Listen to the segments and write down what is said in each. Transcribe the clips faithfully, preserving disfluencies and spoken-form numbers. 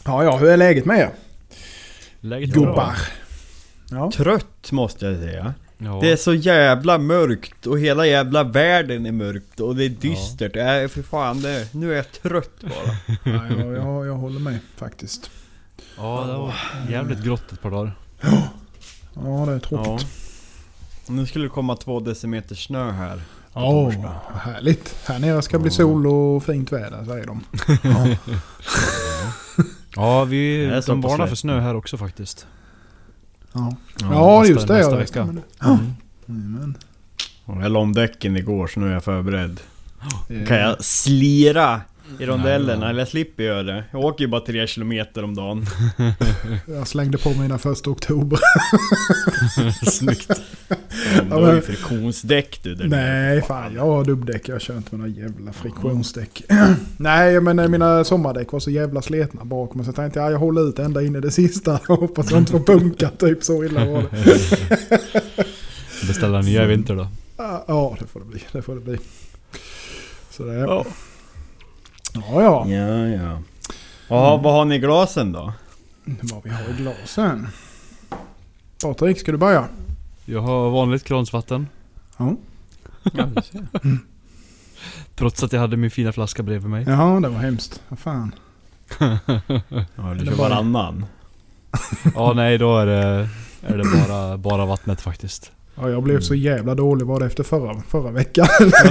Ja, ja, hur är läget med er? Läget Gubbar. Ja. Trött måste jag säga. Ja. Det är så jävla mörkt och hela jävla världen är mörkt och det är dystert. Ja. Äh, för fan, det, nu är jag trött bara. Ja, jag, jag, jag håller med faktiskt. Ja, det var jävligt grått ett par dagar. Ja, ja det är tråkigt. Ja. Nu skulle det komma två decimeter snö här. Ja, oh, härligt. Här nere ska bli sol och fint väder, säger de. Ja, ja vi de de varnar för snö här också faktiskt. Ja, ja, ja nästa, just det. Nästa ja, vecka. mm. Ja. Mm. Jag la om däcken igår så nu är jag förberedd. Mm. Kan jag slira i rondellerna, Nej, eller jag slipper göra det. Jag åker ju bara tre kilometer om dagen. Jag slängde på mina första oktober. Snyggt. Om du har ju friktionsdäck du där. Nej, fan, jag har dubbdäck. Jag kör inte med några jävla friktionsdäck. Nej, men mina sommardäck var så jävla sletna bak. Men så tänkte jag, jag håller ut ända in i det sista. Jag hoppas jag inte får punka, typ så illa var det. Beställa nya i vinter då. Ja, det får det bli. Det får det bli. Så det är... Ja. Ja, ja. Ja, ja. Ja, mm. Vad har ni i glasen då? Vad vi har i glasen. Patrik, ska du börja? Jag har vanligt kransvatten. Ja. Ja, det ser jag. Mm. Trots att jag hade min fina flaska bredvid mig. Ja, det var hemskt. Vad fan. Ja, du kör varannan. Ja, nej, då är det, är det bara, bara vattnet faktiskt. Ja, jag blev så jävla dålig var det efter förra, förra veckan.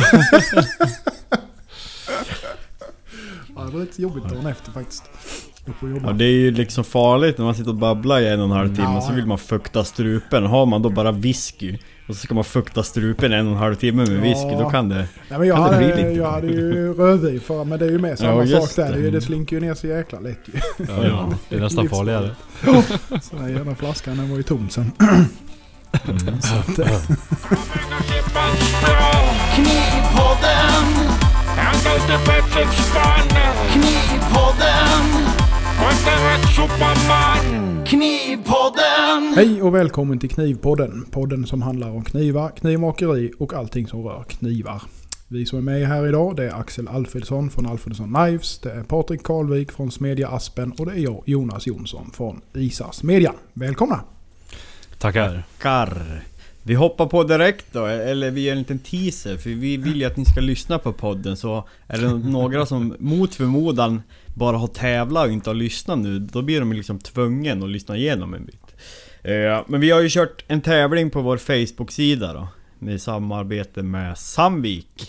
Ja, det var lite jobbigt dagen efter faktiskt. Ja, det är ju liksom farligt när man sitter och babblar i en och en halv timme. Ja. Så vill man fukta strupen. Har man då bara whisky och så ska man fukta strupen en och en halv timme med whisky, ja. Då kan det, ja, men jag, kan hade, det bli lite. Jag hade ju rödvin för, men det är ju med samma ja, sak där. Det, det slinker ju ner så jäkla lätt ju. Ja, ja. Det är nästan farligare. Ja. Så den jävla flaskan, den var ju tom sen. Mm. Så att, Knivpodden. Han går till Petterspan. Knivpodden. Knivpodden. Hej och välkommen till Knivpodden. Podden som handlar om knivar, knivmakeri och allting som rör knivar. Vi som är med här idag, det är Axel Alfredsson från Alfredsson Knives. Det är Patrik Karlvik från Smedja Aspen. Och det är jag, Jonas Jonsson från Isas Media. Välkomna! Tackar. Tackar. Vi hoppar på direkt då, eller vi gör en liten teaser. För vi vill ju att ni ska lyssna på podden. Så är det några som mot förmodan bara har tävlat och inte har lyssnat nu, då blir de liksom tvungen att lyssna igenom en bit. Men vi har ju kört en tävling på vår Facebook-sida då, med samarbete med Sandvik.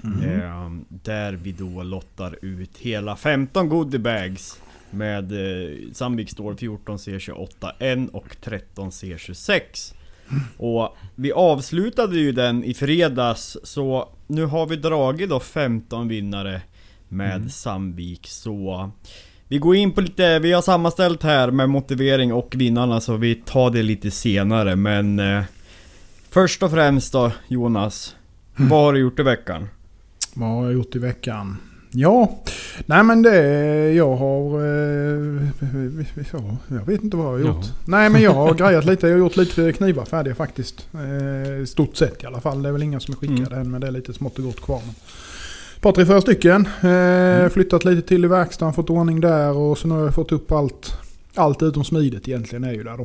Mm. Där vi då lottar ut hela femton goodiebags med Sandvik Stål fjorton C tjugoåtta N och tretton C tjugosex. Och vi avslutade ju den i fredags, så nu har vi dragit då femton vinnare med mm. Sandvik. Så vi går in på lite, vi har sammanställt här med motivering och vinnarna, så vi tar det lite senare. Men eh, först och främst då, Jonas, mm. vad har du gjort i veckan? Vad har jag gjort i veckan? Ja, nej men det jag har eh, ja, jag vet inte vad jag har gjort. Ja. Nej, men jag har grejat lite, jag har gjort lite knivar färdiga faktiskt. Eh, stort sett i alla fall. Det är väl inga som är skickade mm. än, men det är lite smått och gott kvar. Ett par tre fyra stycken. Eh, mm. Flyttat lite till i verkstaden, fått ordning där, och så nu har jag fått upp allt allt utom smidet egentligen är ju där då.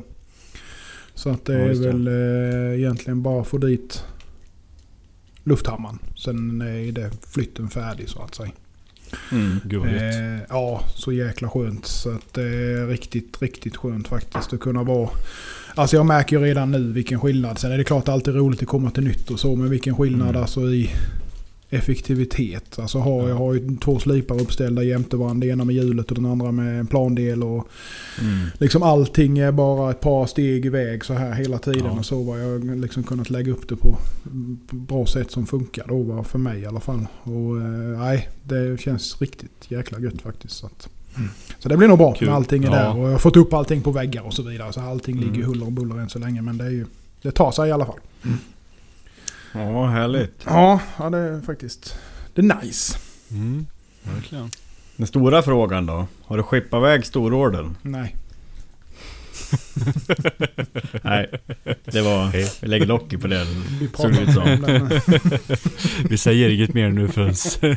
Så att det är ja, väl eh, egentligen bara få dit lufthammaren. Sen är det flytten färdig så att säga. Mm, eh, ja, så jäkla skönt. Så att det är riktigt, riktigt skönt faktiskt att kunna vara. Alltså jag märker ju redan nu vilken skillnad. Sen är det klart alltid roligt att komma till nytt och så, men vilken skillnad mm. alltså i effektivitet. Alltså har, jag har ju två slipar uppställda jämte varandra, ena med hjulet och den andra med en plandel, och mm. liksom allting är bara ett par steg iväg så här hela tiden. Ja. Och så var jag liksom kunnat lägga upp det på bra sätt som funkar då, för mig i alla fall. Och eh, nej, det känns riktigt jäkla gött faktiskt. Så, att, mm. så det blir nog bra. Kul. När allting är ja. där, och jag har fått upp allting på väggar och så vidare, så allting mm. ligger huller och buller än så länge, men det är ju, det tar sig i alla fall. Mm. Ja, härligt. Ja, ja, det är faktiskt, det är nice. Mm, verkligen. Den stora frågan då, har du skippat iväg stororden? Nej. Nej, det var... Vi lägger locket på det. Vi Såg det ut som. Vi säger inget mer nu förrän...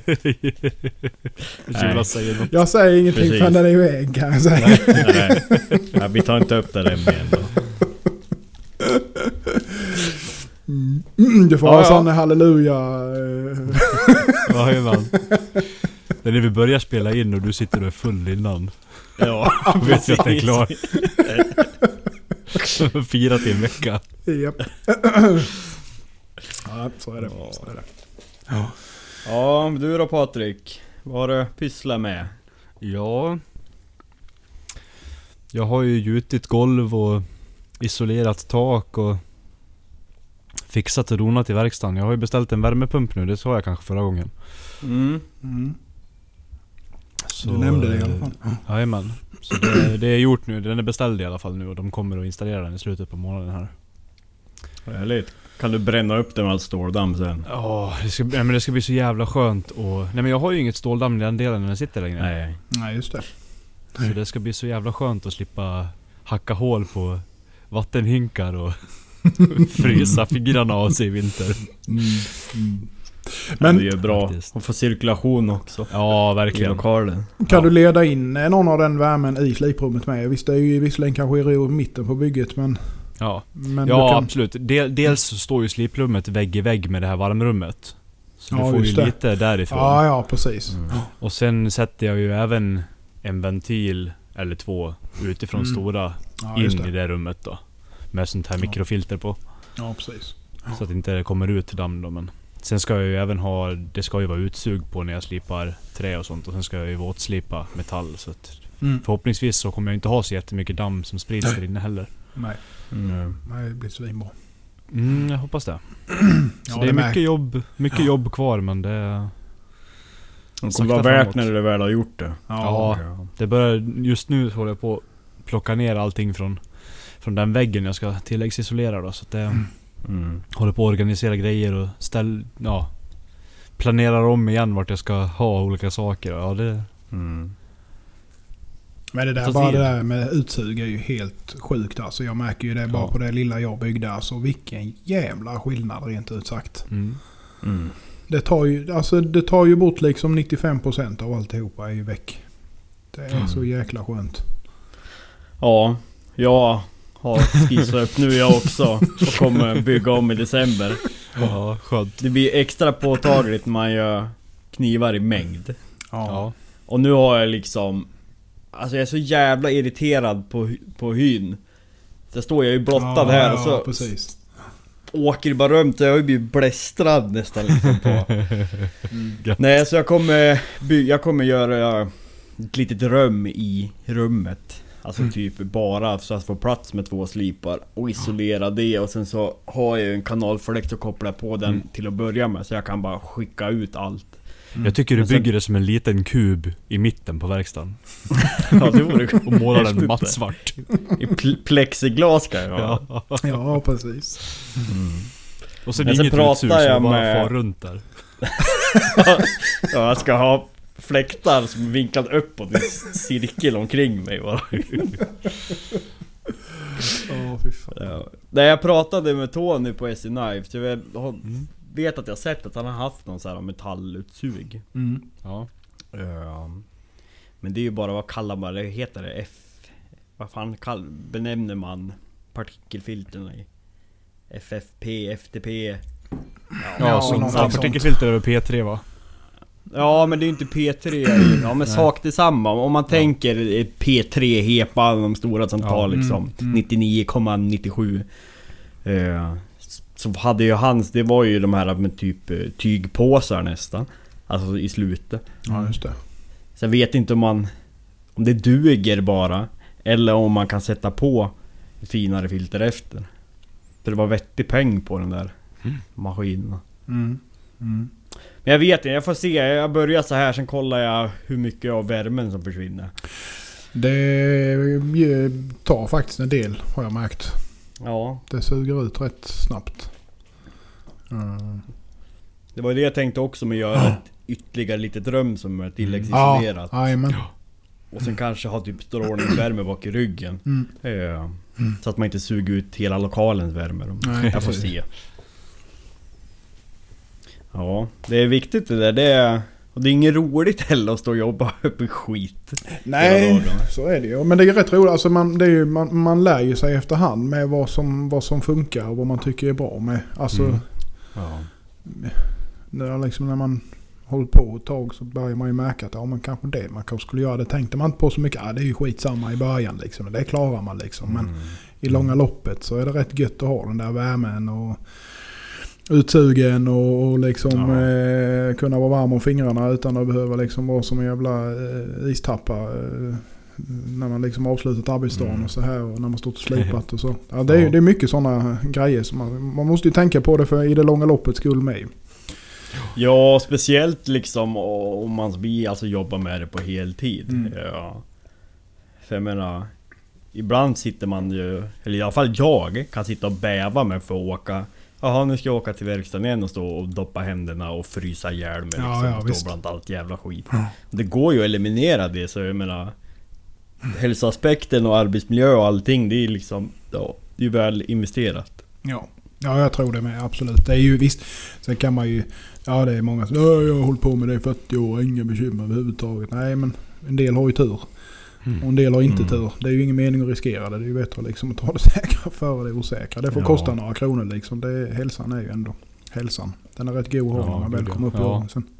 Nej. säger något. Jag säger ingenting Precis. förrän den är iväg, kan jag säga. Nej. Nej, vi tar inte upp det där mer ändå. Mm. Mm, du får Ja, ha ja. sån halleluja. eh. Ja, jajamän. Det är när vi börjar spela in och du sitter och är full innan. Ja, Då vet jag att det är klar. Firat i en vecka. Japp. Ja, så är det. Så är det. Ja. Ja, men du då Patrik? Vad har du pysslat med? Ja. Jag har ju gjutit golv och isolerat tak och fixat och donat i verkstaden. Jag har ju beställt en värmepump nu, det sa jag kanske förra gången. Mm. Mm. Så, Du nämnde det i alla fall. Jajamän. Så det, det är gjort nu, den är beställd i alla fall nu och de kommer att installera den i slutet på månaden här. Härligt. Kan du bränna upp den med all ståldamm sen? Ja, det ska, nej, men det ska bli så jävla skönt och... Nej men jag har ju inget ståldamm i den delen när den sitter längre. Nej. Nej, just det. Så det ska bli så jävla skönt att slippa hacka hål på vattenhinkar och frysa fingrarna av sig i vinter. Mm. Mm. Men Men det är bra faktiskt. att få cirkulation också Ja, i verkligen. lokalen. kan Ja. du leda in eh, någon av den värmen i sliprummet med? Visst, det är ju visserligen kanske i mitten på bygget, men... Ja, men ja du kan... absolut. Del, dels så står ju sliprummet vägg i vägg med det här varmrummet. Så Ja, du får ju just det. lite därifrån. Ja, ja, precis. Mm. Och sen sätter jag ju även en ventil eller två utifrån Mm. stora Ja, just in i det. det rummet då. Med sånt här Ja. mikrofilter på. Ja, precis. Så att det inte kommer ut damm då, men sen ska jag ju även ha, det ska ju vara utsug på när jag slipar trä och sånt. Och sen ska jag ju våtslipa metall. Så att Mm. förhoppningsvis så kommer jag inte ha så jättemycket damm som sprids där inne heller. Nej, Mm. nej, det blir svinbra. Mm, jag hoppas det. Så Ja, det är med. mycket jobb, mycket jobb kvar, men det... Det kommer Sakta vara värt framåt. när du väl har gjort det. Ja, det börjar, just nu håller jag på att plocka ner allting från, från den väggen jag ska tilläggsisolera då. Så att det Mm. håller på att organisera grejer och ställ, ja, planerar om igen vart jag ska ha olika saker. Ja, det... Mm. Men det där, Så bara ser det jag. där med utsug är ju helt sjukt. Alltså jag märker ju det bara Ja. på det lilla jag byggde. Alltså vilken jävla skillnad rent ut sagt. Mm. Mm. Det tar ju, alltså det tar ju bort liksom nittiofem procent av alltihopa är ju väck. Det är Mm. så jäkla skönt. Ja, jag har skissat upp nu jag också och kommer bygga om i december. Ja, skönt. Det blir extra påtagligt när man gör knivar i mängd. Ja. Ja. Och nu har jag liksom... Alltså jag är så jävla irriterad på, på hyn. Så står jag ju blottad Ja, här ja, och så precis. åker det bara runt. Jag har ju blivit blästrad nästan liksom på. Mm. Nej, så jag kommer, by- jag kommer göra ett litet rum i rummet. Alltså Mm. typ bara så att få plats med två slipar och isolera det. Och sen så har jag ju en kanalfläkt och kopplar på den Mm. till att börja med. Så jag kan bara skicka ut allt. Jag tycker du Men sen- bygger det som en liten kub i mitten på verkstaden. Ja, det vore Och målar den häftigt. mattsvart. I pl- plexiglas ska jag ha. Ja. Ja, precis. Mm. Och sen Men sen inget pratar utsug så jag jag bara med- far runt där. Ja, jag ska ha fläktar som är vinklade uppåt i en cirkel omkring mig bara. Ja, fy fan. Ja. När jag pratade med Tony på S C Knife, så jag har- Mm. vet att jag sett att han har haft någon sån här metallutsug. Mm. Ja. Ja. Men det är ju bara, vad kallar man det? Heter det? F... Vad fan kall, benämner man partikelfilterna i? F F P, F T P? Ja, Ja, som någonting ja, sånt. partikelfilter över P tre va? Ja, men det är ju inte P tre. Ja, men sak detsamma. Om man tänker ett P tre hepa, de stora som Ja. tar liksom Mm, mm. nittionio komma nittiosju. Eh, så hade ju hans, det var ju de här med typ eh, tygpåsar nästan. Alltså i slutet. Ja, just det. Så jag vet inte om man, om det duger bara, eller om man kan sätta på ett finare filter efter. För det var vettig peng på den där Mm. maskinen. Mm. Mm. Men jag vet inte, jag får se. Jag börjar så här, sen kollar jag hur mycket av värmen som försvinner. Det tar faktiskt en del, har jag märkt. Ja, Det suger ut rätt snabbt. Mm. det var det jag tänkte också med att göra ett ytterligare litet rum som är Ja, tilläggsisolerat. jajamän. Och sen kanske ha typ strålningsvärme bak i ryggen. Mm. Eh, mm. Så att man inte suger ut hela lokalens värme. Nej, jag får se. Ja, det är viktigt det där. Det är, och det är inget roligt heller att stå och jobba upp i skit. Nej, så är det ju. Men det är rätt roligt. Alltså man, det är ju, man, man lär ju sig efterhand med vad som, vad som funkar och vad man tycker är bra med. Alltså, Mm. Ja. när, liksom, när man håller på ett tag så börjar man ju märka att ja, men kanske det man kanske skulle göra. Det tänkte man inte på så mycket. Ja, det är ju skitsamma i början liksom. Det klarar man liksom. Men Mm. i långa loppet så är det rätt gött att ha den där värmen och utsugen och, och liksom Ja. eh, kunna vara varm om fingrarna utan att behöva liksom vara som en jävla eh, istappar eh, när man liksom avslutat arbetsdagen Mm. och så här och när man stått och slipat och så. Ja, det, är, ja. det är mycket sådana grejer som man, man måste ju tänka på det för i det långa loppet skull med. Ja, speciellt liksom om man blir, alltså jobbar med det på heltid. Mm. Ja. För jag menar, ibland sitter man ju, eller i alla fall jag kan sitta och bäva med för att åka. Jaha, nu ska jag åka till verkstaden igen och stå och doppa händerna och frysa ihjäl mig liksom, Ja, ja, och stå visst. bland allt jävla skit. Ja. Det går ju att eliminera det, så jag menar hälsoaspekten och arbetsmiljö och allting, det är liksom, ja, det är ju väl investerat. Ja. Ja, jag tror det med, absolut. Det är ju visst, sen kan man ju, ja det är många som säger jag har hållit på med det i fyrtio år, inga bekymmer överhuvudtaget. Nej, men en del har ju tur. Mm. Och en del har inte Mm. tur. Det är ju ingen mening att riskera det. Det är ju bättre liksom att ta det säkra före det osäkra. Det får Ja. kosta några kronor liksom. Det är, hälsan är ju ändå hälsan. Den är rätt god att ha Ja, när man väl gud, kommer upp i ja. åren sen.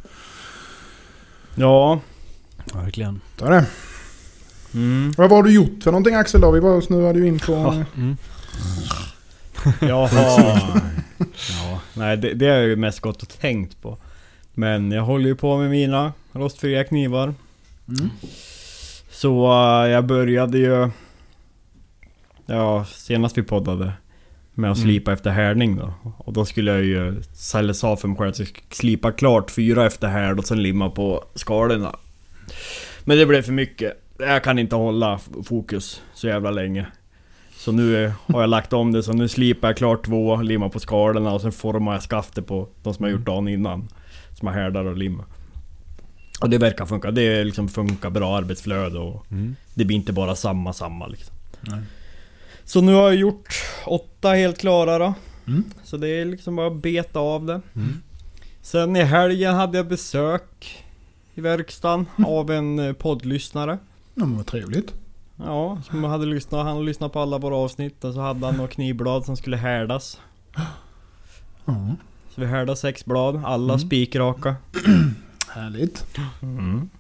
Ja. Verkligen. Så är det. Mm. Vad har du gjort för någonting Axel då? Vi bara snurrade ju in på... Ja. Mm. Jaha. Ja, nej det, det har jag ju mest gått och tänkt på. Men jag håller ju på med mina rostfria knivar. Mm. Så uh, jag började ju, ja, senast vi poddade med att Mm. slipa efter härdning då. Och då skulle jag ju sälja sa för mig själv att jag skulle slipa klart fyra efter härd och sen limma på skalorna. Men det blev för mycket. Jag kan inte hålla f- fokus så jävla länge. Så nu eh, har jag lagt om det, så nu slipar jag klart två, limmar på skalorna och sen formar jag skaftet på de som jag gjort dagen innan. Som jag härdar och limmar. Och det verkar funka, det liksom funkar bra arbetsflöde och Mm. det blir inte bara samma samma liksom. Nej. Så nu har jag gjort åtta helt klara då. Mm. Så det är liksom bara att beta av det. Mm. Sen i helgen hade jag besök i verkstaden av en eh, poddlyssnare. Ja, men vad trevligt. Ja, som hade lyssnat, han hade lyssnat på alla våra avsnitt och så hade han några knivblad som skulle härdas. Ja, Så vi härdade sex blad, alla Mm. spikraka. härligt. Mm.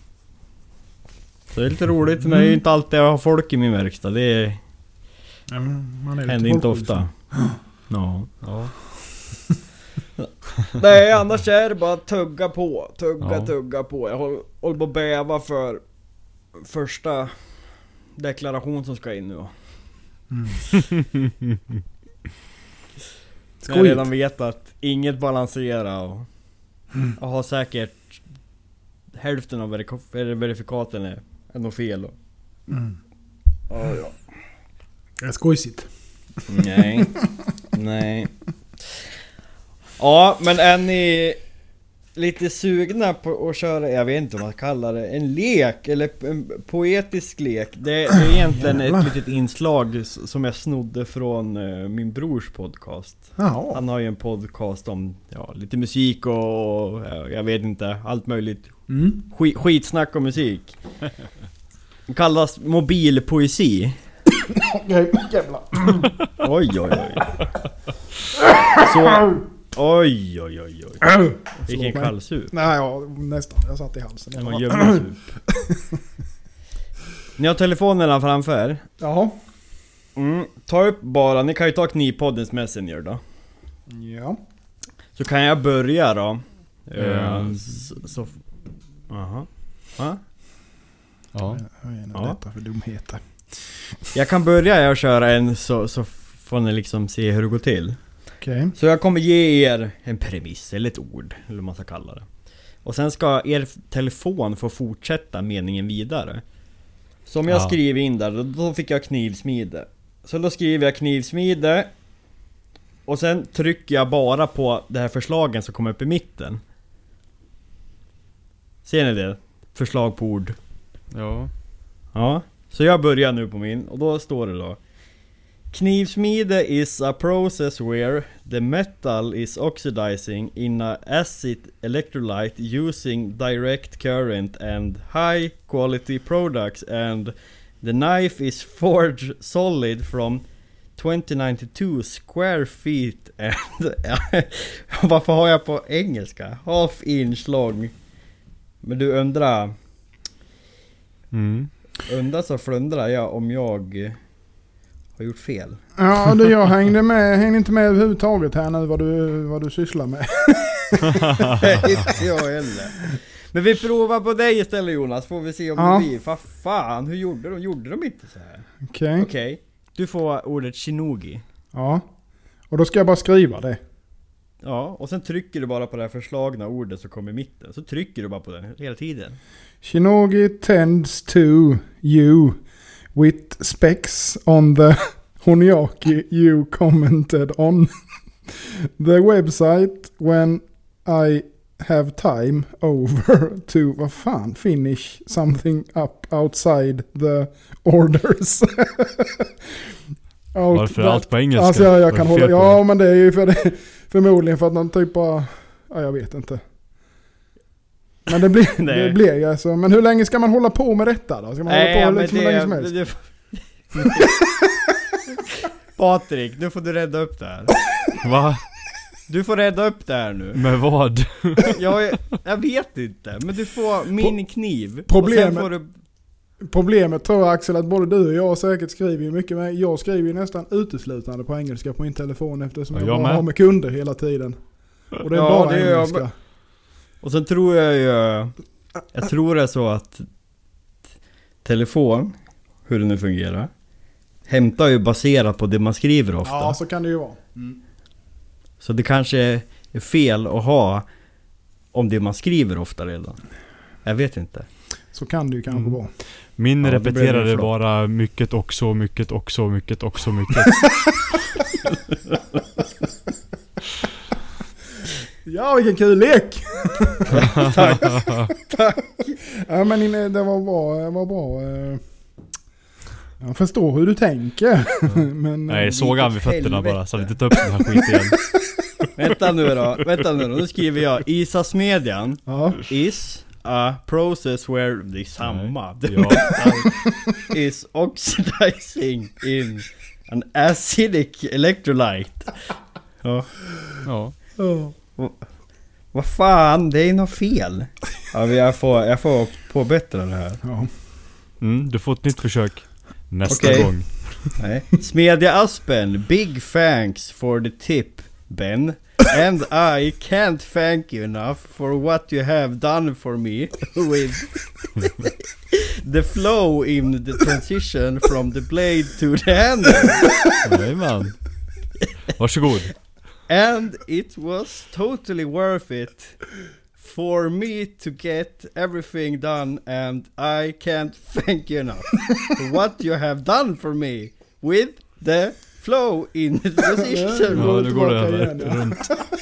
Så det är lite roligt, men det är ju inte alltid jag har folk i min verkstad. Det är, Ja, men man är lite händer inte folklig, ofta. Ja. Ja. Nej, annars är det bara tugga på, tugga, Ja. tugga på. Jag håller, håller på att bäva för första deklaration som ska in nu. Mm. Jag Skojigt. redan vet att inget balanserar och Mm. jag har säkert hälften av verif- eller verifikaten är, är nog fel. Och, Mm. ja, ja. Det är skojsigt. Nej. Nej. Ja, men är ni lite sugna på att köra, jag vet inte vad man kallar det, en lek eller en poetisk lek? Det, det är egentligen Jävlar. ett litet inslag s- som jag snodde från eh, min brors podcast. Jaha. Han har ju en podcast om ja, lite musik och, och ja, jag vet inte, allt möjligt. Mm. Skit, skitsnack om musik. Det kallas mobilpoesi. Okej, jävlar. Oj oj oj. Så, oj oj oj oj. Vilken Förlåt mig. kallsup. Nej, ja, nästan. Jag satt i halsen. Det var en gömmelsup. Ni har telefonerna framför. Jaha. Mm, ta upp bara, ni kan ju ta Knivpoddens Messenger då. Ja. Så kan jag börja då. Ja. Uh, så, så... Aha. Va? Ja. Vad är det Ja. detta för dumheter? Jag kan börja jag köra en så, så får ni liksom se hur det går till. Okej. Så jag kommer ge er en premiss eller ett ord, eller vad man ska kalla det. Och sen ska er telefon få fortsätta meningen vidare. Så om jag Ja. skriver in där, då, då fick jag knivsmide. Så då skriver jag knivsmide. Och sen trycker jag bara på det här förslagen som kommer upp i mitten. Ser ni det? Förslag på ord. Ja. Ja, så jag börjar nu på min. Och då står det då: knivsmide is a process where the metal is oxidizing in a acid electrolyte using direct current and high quality products, and the knife is forged solid from twenty ninety-two square feet and varför har jag på engelska? Half inch long. Men du undrar Mm. undrar så flundrar jag om jag har gjort fel. Ja, det jag hängde med, hängde inte med överhuvudtaget här nu vad du, vad du sysslar med. Inte jag heller. Men vi provar på dig istället, Jonas, får vi se om Ja. det blir. Vad fan, hur gjorde de? Gjorde de inte så här? Okej. Okej, okay. Du får ordet shinogi. Ja. Och då ska jag bara skriva det. Ja, och sen trycker du bara på det här förslagna ordet som kommer i mitten. Så trycker du bara på den hela tiden. Shinogi tends to you with specs on the Honyaki you commented on the website when I have time over to, vad fan, finish something up outside the orders. Out Varför är that- allt på engelska? Alltså jag, jag Vad är kan det hålla, fel på ja det? men det är ju för det, förmodligen för att någon typ av, ja jag vet inte. Men det blir, Nej. det blir ju alltså, men hur länge ska man hålla på med detta då? Ska man hålla på liksom hur länge som helst? det, Patrik, nu får du rädda upp det här. Va? Du får rädda upp det här nu. Med vad? Jag, jag vet inte, men du får min kniv. Problemet- Och sen får du... Problemet tror jag, Axel, att både du och jag säkert skriver ju mycket, men jag skriver ju nästan uteslutande på engelska på min telefon eftersom Ja, jag, jag bara med. har med kunder hela tiden. Och det är Ja, bara det är jag engelska. med. Och sen tror jag ju... Jag tror det är så att telefon, hur det nu fungerar, hämtar ju baserat på det man skriver ofta. Ja, så kan det ju vara. Mm. Så det kanske är fel att ha om det man skriver ofta redan. Jag vet inte. Så kan det ju kanske Mm. vara. Min Ja, det blev repeterade ju flott. bara mycket också, mycket också, mycket också, mycket. Ja, vilken kul lek! Tack. Ja, men inne- det var bra. Det var bra. eh. Jag förstår hur du tänker. men, eh, Nej, såg han vid fötterna helvete. bara så att inte ta upp den här skiten igen. Vänta nu då, vänta nu då. Nu skriver jag Isasmedjan ja. is a process where det är samma. The Ja. metal is oxidizing in an acidic electrolyte. Ja. Ja. Ja. Vad fan, det är något fel. Ja, men jag får, jag får påbättra det här. Ja. Mm, du får ett nytt försök nästa Okej. gång. Nej. Smedja Aspen, big thanks for the tip, Ben. And I can't thank you enough for what you have done for me with the flow in the transition from the blade to the handle. Jajamän. Varsågod. And it was totally worth it for me to get everything done, and I can't thank you enough for what you have done for me with the flow in the transition. Ja, nu går det tillbaka över. igen, ja. Runt.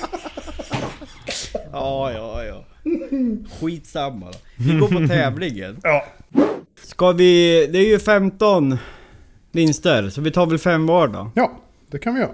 Ja, ja, ja. Skitsamma då. Vi går på tävlingen. Ja. Ska vi... Det är ju femton vinster, så vi tar väl fem var då. Ja, det kan vi göra.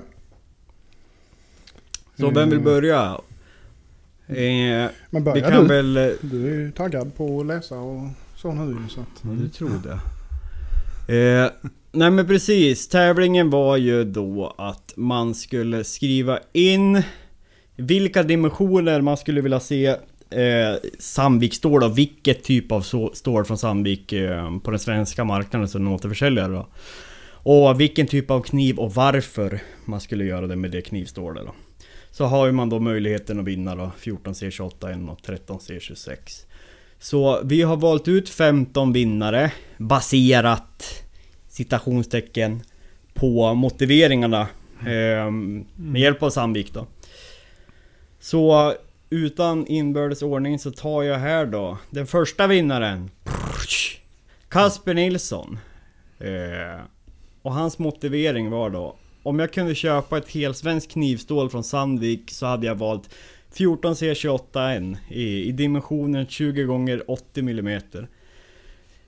Så vem vill börja? Eh, Men vi börjar kan du. väl... eh, Du är ju taggad på att läsa och så nu så att... Ja, du tror det. Eh, nej men precis, tävlingen var ju då att man skulle skriva in vilka dimensioner man skulle vilja se eh, Sandvik stål och vilket typ av så, stål från Sandvik eh, på den svenska marknaden som en återförsäljare då. Och vilken typ av kniv och varför man skulle göra det med det knivstålet då. Så har ju man då möjligheten att vinna då fjorton C tjugoåtta en och tretton C tjugosex. Så vi har valt ut femton vinnare baserat citationstecken på motiveringarna eh, med hjälp av Sandvik då. Så utan inbördes ordning så tar jag här då den första vinnaren, Kasper Nilsson. Eh, och hans motivering var då: om jag kunde köpa ett helsvenskt knivstål från Sandvik så hade jag valt fjorton C tjugoåtta N i, i dimensionen tjugo gånger åttio millimeter.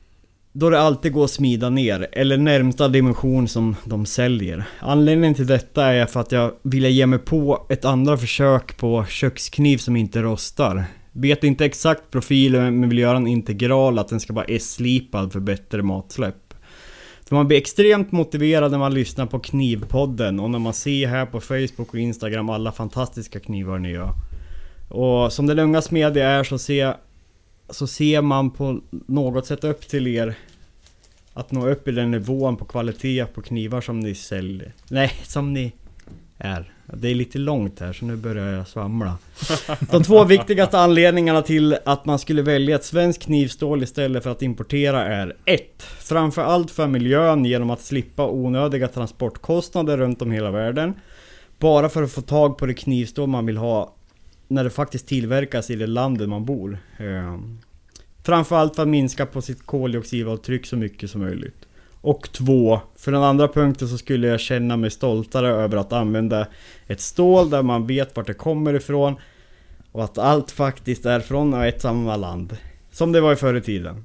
då det alltid går att smida ner, eller närmsta dimension som de säljer. Anledningen till detta är för att jag ville ge mig på ett andra försök på kökskniv som inte rostar. Vet inte exakt profilen, men vill göra en integral, att den ska vara S-slipad för bättre matsläpp. För man blir extremt motiverad när man lyssnar på Knivpodden och när man ser här på Facebook och Instagram alla fantastiska knivar ni gör. Och som den unga smedja är så ser, så ser man på något sätt upp till er att nå upp i den nivån på kvalitet på knivar som ni säljer. Nej, som ni är. Det är lite långt här så nu börjar jag svamla. De två viktigaste anledningarna till att man skulle välja ett svenskt knivstål istället för att importera är ett. Framförallt för miljön genom att slippa onödiga transportkostnader runt om hela världen. Bara för att få tag på det knivstål man vill ha när det faktiskt tillverkas i det landet man bor. Framförallt för att minska på sitt koldioxidavtryck så mycket som möjligt. Och två, för den andra punkten så skulle jag känna mig stoltare över att använda ett stål där man vet vart det kommer ifrån och att allt faktiskt är från ett samma land, som det var i förr i tiden.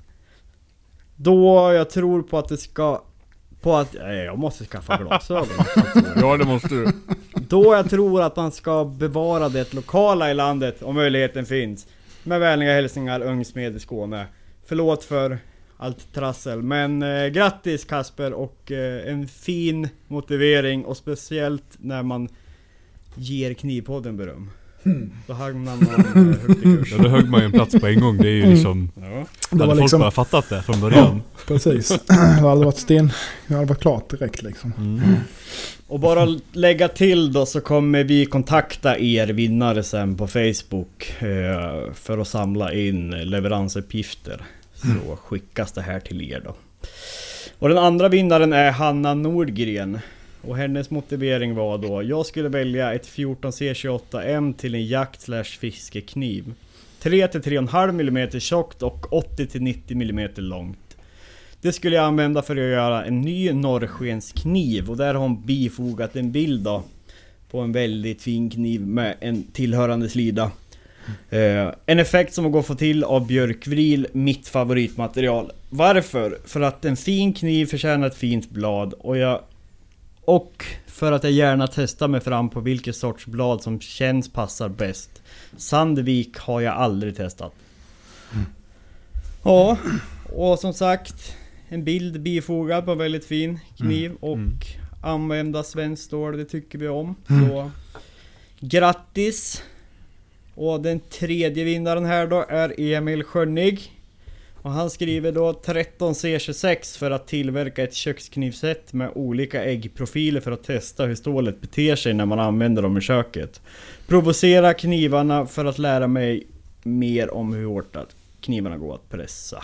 Då jag tror på att det ska på att nej, jag måste skaffa glasögon. Ja, det måste du. Då jag tror att man ska bevara det lokala i landet om möjligheten finns. Med vänliga hälsningar, Ungsmed i Skåne. Förlåt för allt trassel, men eh, grattis Kasper och eh, en fin motivering, och speciellt när man ger Knivpodden beröm. Hmm. Då hamnar man eh, högt i kurs. Ja, då högg man ju en plats på en gång. Det är ju liksom ja. Det hade var folk liksom bara fattat det från början. Ja, precis. Det hade varit sten. Det hade varit klart direkt liksom. Mm. Och bara lägga till då, så kommer vi kontakta er vinnare sen på Facebook eh, för att samla in leveransuppgifter. Så skickas det här till er då. Och den andra vinnaren är Hanna Nordgren. Och hennes motivering var då: jag skulle välja ett fjorton C tjugoåtta M till en jakt slash fiskekniv. tre till tre komma fem millimeter tjockt och åttio till nittio millimeter långt. Det skulle jag använda för att göra en ny norrskenskniv. Och där har hon bifogat en bild då på en väldigt fin kniv med en tillhörande slida. Uh, en effekt som går att få till av björkvril, mitt favoritmaterial. Varför? För att en fin kniv förtjänar ett fint blad. Och jag Och för att jag gärna testar mig fram på vilket sorts blad som känns passar bäst. Sandvik har jag aldrig testat. Mm. Ja, och som sagt, en bild bifogad på en väldigt fin kniv. Mm. Och mm. använda svenskt stål, det tycker vi om. Mm. Så grattis! Och den tredje vinnaren här då är Emil Schönnig. Och han skriver då tretton C tjugosex för att tillverka ett köksknivsätt med olika äggprofiler för att testa hur stålet beter sig när man använder dem i köket. Provocera knivarna för att lära mig mer om hur hårt att knivarna går att pressa.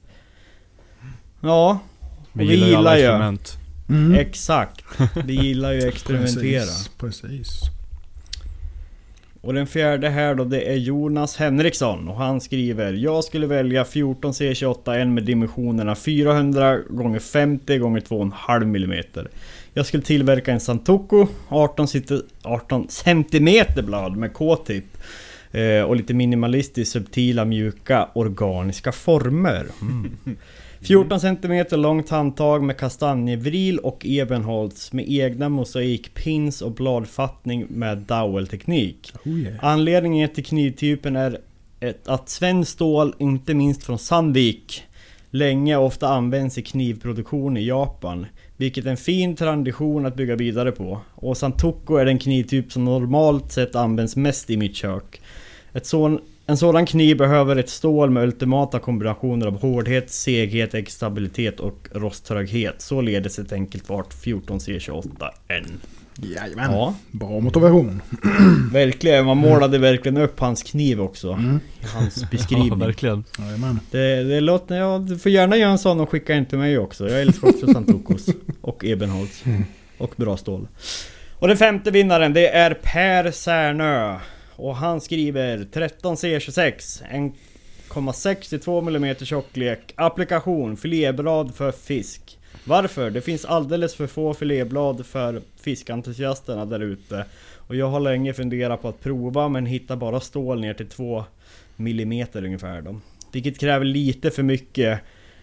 Ja, vi gillar, vi gillar ju experiment. Mm. Exakt, vi gillar ju experimentera. Precis, precis. Och den fjärde här då, det är Jonas Henriksson. Och han skriver: jag skulle välja fjorton C tjugoåtta N med dimensionerna fyrahundra gånger femtio gånger två komma fem millimeter. Jag skulle tillverka en Santoku arton centimeter blad med K-tip. Eh, och lite minimalistiskt subtila, mjuka, organiska former. Mm. fjorton centimeter långt handtag med kastanjevril och ebenholts med egna mosaikpins och bladfattning med dowel-teknik. Oh yeah. Anledningen till knivtypen är ett, att svenskt stål, inte minst från Sandvik, länge ofta används i knivproduktion i Japan, vilket är en fin tradition att bygga vidare på. Och Santoku är den knivtyp som normalt sett används mest i mitt kök. Ett sån En sådan kniv behöver ett stål med ultimata kombinationer av hårdhet, seghet, äggstabilitet och rosttröghet. Således ett enkelt vart fjorton C tjugoåtta N. Jajamän, ja. Bra motivation. Verkligen, man målade verkligen upp hans kniv också. Mm. Hans beskrivning. Ja, verkligen. Jajamän. Det, det låter, ja, du får gärna göra en sån och skicka in till mig också. Jag älskar också Santokos och Ebenholts. Mm. Och bra stål. Och den femte vinnaren, det är Per Särnö. Och han skriver tretton C tjugosex, en komma sextiotvå millimeter tjocklek, applikation, filéblad för fisk. Varför? Det finns alldeles för få filéblad för fiskentusiasterna där ute. Och jag har länge funderat på att prova, men hittar bara stål ner till två millimeter ungefär då. Vilket kräver lite för mycket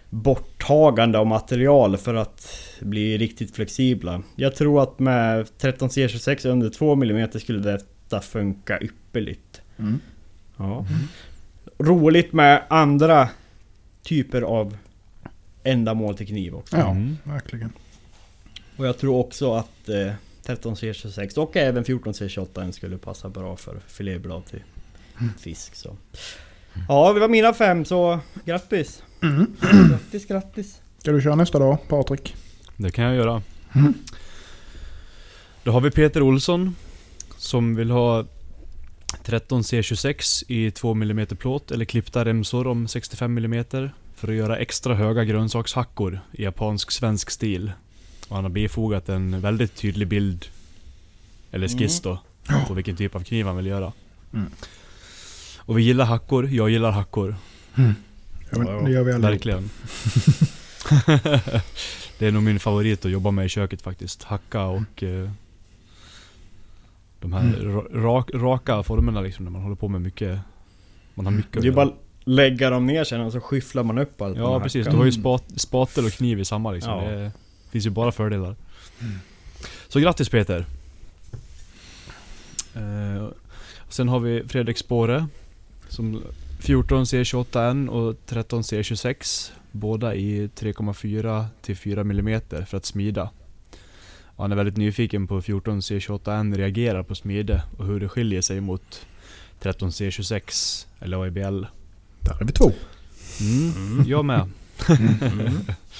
borttagande av material för att bli riktigt flexibla. Jag tror att med tretton C tjugosex under två millimeter skulle detta funka ypperligt. Mm. Ja. Mm. Roligt med andra typer av ändamål till kniv också. Ja, Mm. verkligen. Och jag tror också att eh, tretton C tjugosex och även fjorton C tjugoåtta skulle passa bra för filéblad till Mm. fisk. Så. Ja, det var mina fem, så grattis! Mm. Grattis, grattis! Ska du köra nästa dag, Patrik? Det kan jag göra. Mm. Då har vi Peter Olsson som vill ha tretton C tjugosex i två millimeter plåt eller klippta remsor om sextiofem millimeter för att göra extra höga grönsakshackor i japansk-svensk stil. Och han har bifogat en väldigt tydlig bild eller skiss då på vilken typ av kniv han vill göra. Mm. Och vi gillar hackor, jag gillar hackor. Mm. Ja, men det gör vi alla. Verkligen. Det är nog min favorit att jobba med i köket faktiskt. Hacka och eh, de här Mm. rak, raka formerna liksom, när man håller på med mycket. Man har mycket att Det är göra. bara lägga dem ner sen och så skyfflar man upp allt. Ja man precis, hackar. du har ju spat, spatel och kniv i samma liksom. Ja. Det finns ju bara fördelar. Så grattis Peter. Eh, sen har vi Fredrik Spåre som fjorton C tjugoåtta N och tretton C tjugosex, båda i tre komma fyra till fyra millimeter för att smida. Och han är väldigt nyfiken på fjorton C tjugoåtta N reagerar på smide och hur det skiljer sig mot tretton C tjugosex eller A I B L. Där är vi två. Mm, jag med. Mm.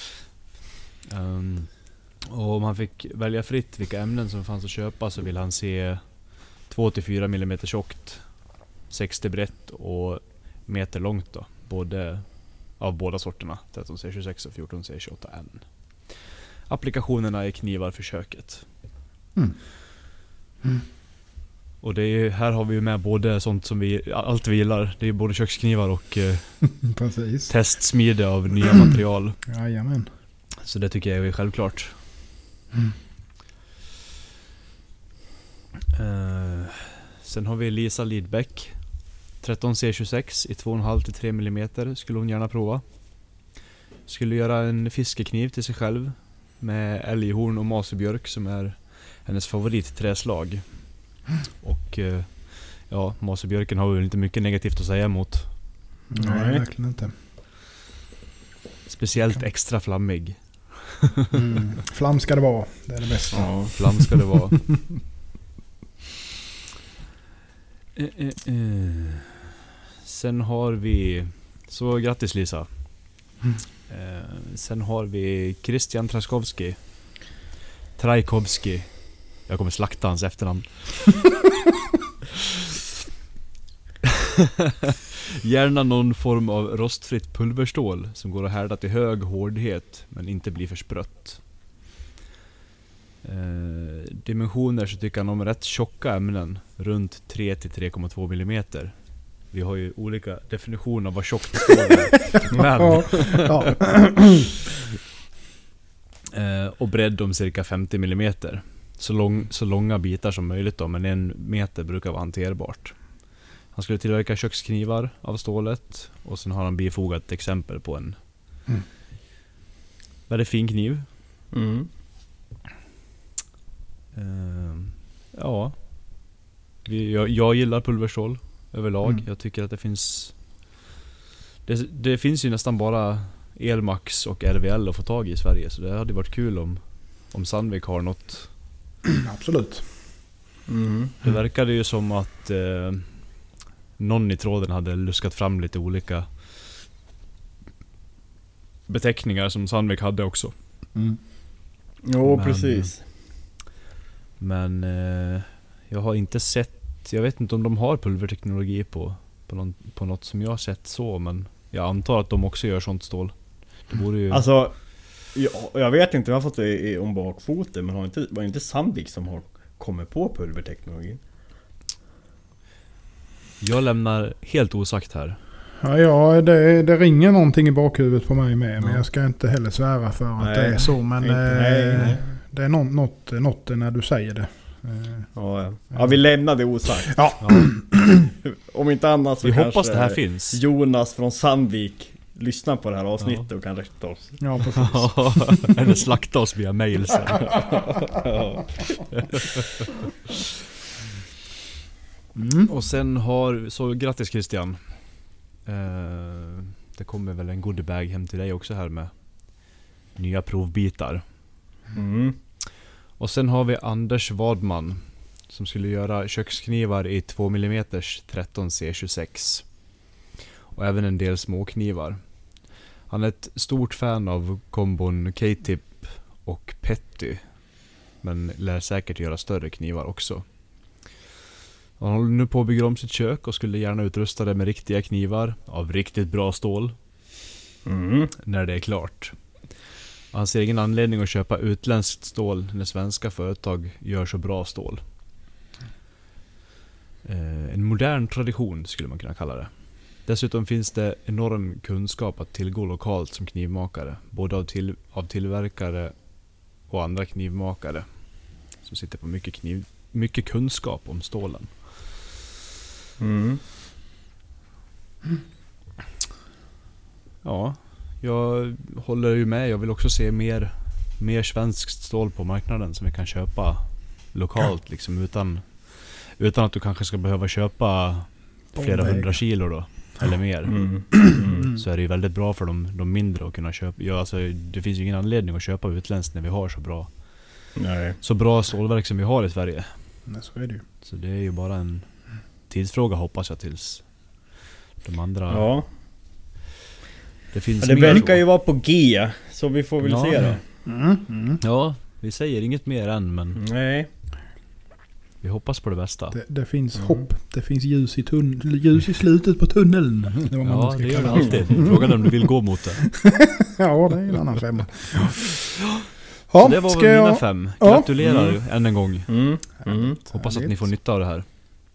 um, och om han fick välja fritt vilka ämnen som fanns att köpa så vill han se två till fyra millimeter tjockt, sextio brett och meter långt då, både av båda sorterna, tretton C tjugosex och fjorton C tjugoåtta N. Applikationerna är knivar för köket. Mm. Mm. Och det är, här har vi ju med både sånt som vi, allt vi gillar. Det är både köksknivar och eh, Precis. testsmide av nya material. Jajamän. Så det tycker jag är självklart. Mm. Uh, sen har vi Lisa Lidbeck. tretton C tjugosex i två komma fem till tre millimeter skulle hon gärna prova. Skulle göra en fiskekniv till sig själv med älghorn och masebjörk som är hennes favoritträslag. Och uh, ja, masebjörken har ju inte mycket negativt att säga emot. Nej, Nej. verkligen inte. Speciellt extra flammig. Mm. Flam ska det vara. Det är det bästa. Ja. Flam ska det vara. eh, eh, eh. Sen har vi... Så grattis Lisa. Mm. Eh, sen har vi Christian Traskowski. Trajkovski. Jag kommer slakta hans efternamn. Gärna någon form av rostfritt pulverstål som går att härda till hög hårdhet men inte blir för sprött. Eh, dimensioner så tycker han om rätt tjocka ämnen, runt tre till tre komma två millimeter. Vi har ju olika definitioner av vad tjockt stål är. Men Ja. eh, och bredd om cirka femtio millimeter. Så, lång, så långa bitar som möjligt då, men en meter brukar vara hanterbart. Han skulle tillverka köksknivar av stålet. Och sen har han bifogat ett exempel på en Mm. väldigt fin kniv. Mm. Uh, ja. Vi, jag, jag gillar pulverstål överlag. Mm. Jag tycker att det finns det, det finns ju nästan bara Elmax och R V L att få tag i i Sverige. Så det hade varit kul om, om Sandvik har något. Absolut. Mm. Det verkade ju som att eh, någon i tråden hade luskat fram lite olika beteckningar som Sandvik hade också. Mm. Jo, Men- precis. Men eh, jag har inte sett, jag vet inte om de har pulverteknologi på, på, någon, på något som jag har sett så, men jag antar att de också gör sånt stål. Det borde ju... Alltså, jag, jag vet inte, jag har fått det i- om bakfoten, men har inte, var det inte Sandvik som har kommit på pulverteknologin? Jag lämnar helt osagt här. Ja, ja det, det ringer någonting i bakhuvudet på mig med. Men Ja. jag ska inte heller svära för att Nej, det är så. Men inte- eh, nej, nej. det är något, något, något när du säger det. Eh, Ja, ja. ja vi lämnar det osagt. Ja. Ja, Om inte annat så vi kanske hoppas det här finns. Jonas från Sandvik lyssnar på det här avsnittet ja. och kan rätta oss. Ja, precis. Eller slakta oss via mail sen. Ja. Mm. Och sen har, så grattis Christian. eh, Det kommer väl en goodiebag hem till dig också här med nya provbitar. Mm. Och sen har vi Anders Wadman som skulle göra köksknivar i två millimeter tretton C tjugosex. Och även en del småknivar. Han är ett stort fan av kombon K-tip och Petty, men lär säkert göra större knivar också. Han håller nu på att bygga om sitt kök och skulle gärna utrusta det med riktiga knivar av riktigt bra stål Mm. när det är klart. Han ser ingen anledning att köpa utländskt stål när svenska företag gör så bra stål. Eh, en modern tradition skulle man kunna kalla det. Dessutom finns det enorm kunskap att tillgå lokalt som knivmakare, både av, till, av tillverkare och andra knivmakare som sitter på mycket, kniv, mycket kunskap om stålen. Mm. Ja, jag håller ju med. Jag vill också se mer, mer svenskt stål på marknaden som vi kan köpa lokalt liksom, utan, utan att du kanske ska behöva köpa flera hundra kilo då, eller mer. Mm. Mm. Så är det ju väldigt bra för de, de mindre att kunna köpa. Ja, alltså, det finns ju ingen anledning att köpa utländskt när vi har så bra, Nej. så bra stålverk som vi har i Sverige. Nej, så är det ju. Så det är ju bara en tidsfråga, hoppas jag, tills de andra... Ja. Det finns Ja, det mer verkar så. ju vara på G, så vi får väl Ja. se då. Mm. Mm. Ja, vi säger inget mer än, men Nej. vi hoppas på det bästa. Det, det finns Mm. hopp. Det finns ljus i, tunn, ljus i slutet på tunneln. Det var man Ja, ska det gör det kalla alltid. Frågan är om du vill gå mot det. Ja, det är en annan femma. Så Ja, det var ska väl mina jag... fem. Ja. Gratulerar Mm. än en gång. Mm. Mm. Hoppas att Härligt. ni får nytta av det här.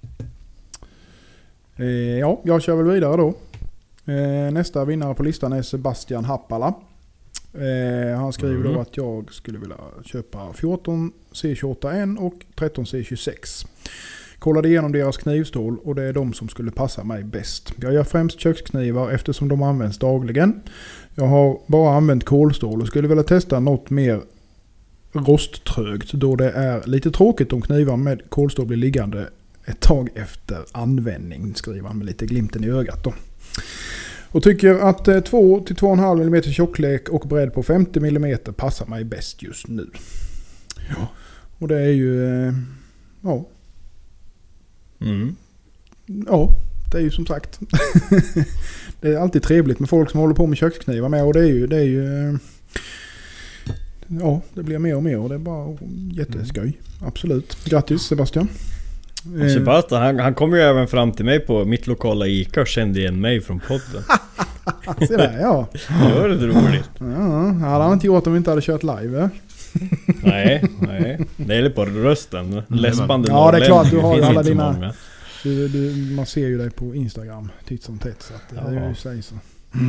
Eh, ja, jag kör väl vidare då. Eh, nästa vinnare på listan är Sebastian Happala. Eh, han skriver Mm. då att jag skulle vilja köpa fjorton C tjugoåtta N och tretton C tjugosex. Kollade igenom deras knivstål och det är de som skulle passa mig bäst. Jag gör främst köksknivar eftersom de används dagligen. Jag har bara använt kolstål och skulle vilja testa något mer rosttrögt då det är lite tråkigt om knivar med kolstål blir liggande ett tag efter användning, skriver han med lite glimten i ögat då. Och tycker att två till två komma fem millimeter tjocklek och bredd på femtio millimeter passar mig bäst just nu. Ja. Och det är ju... eh, Ja. Mm. Ja, det är ju som sagt. Det är alltid trevligt med folk som håller på med köksknivar med och det är ju... Det är ju eh, ja, det blir mer och mer och det är bara jätteskoj. Absolut. Grattis Sebastian. Och Sebastian, han, han kom ju även fram till mig på mitt lokala Ica och kände igen mig från podden. Se där, ja. Det var lite roligt. Ja, hade han inte gjort om vi inte hade kört live. Eh? Nej, nej. Det är på rösten. Läspande Ja, det är klart, du norrlänning. har Det ju finns alla inte så dina- många. Du, du, man ser ju dig på Instagram titt som tätt så att det Ja. är ju sig så.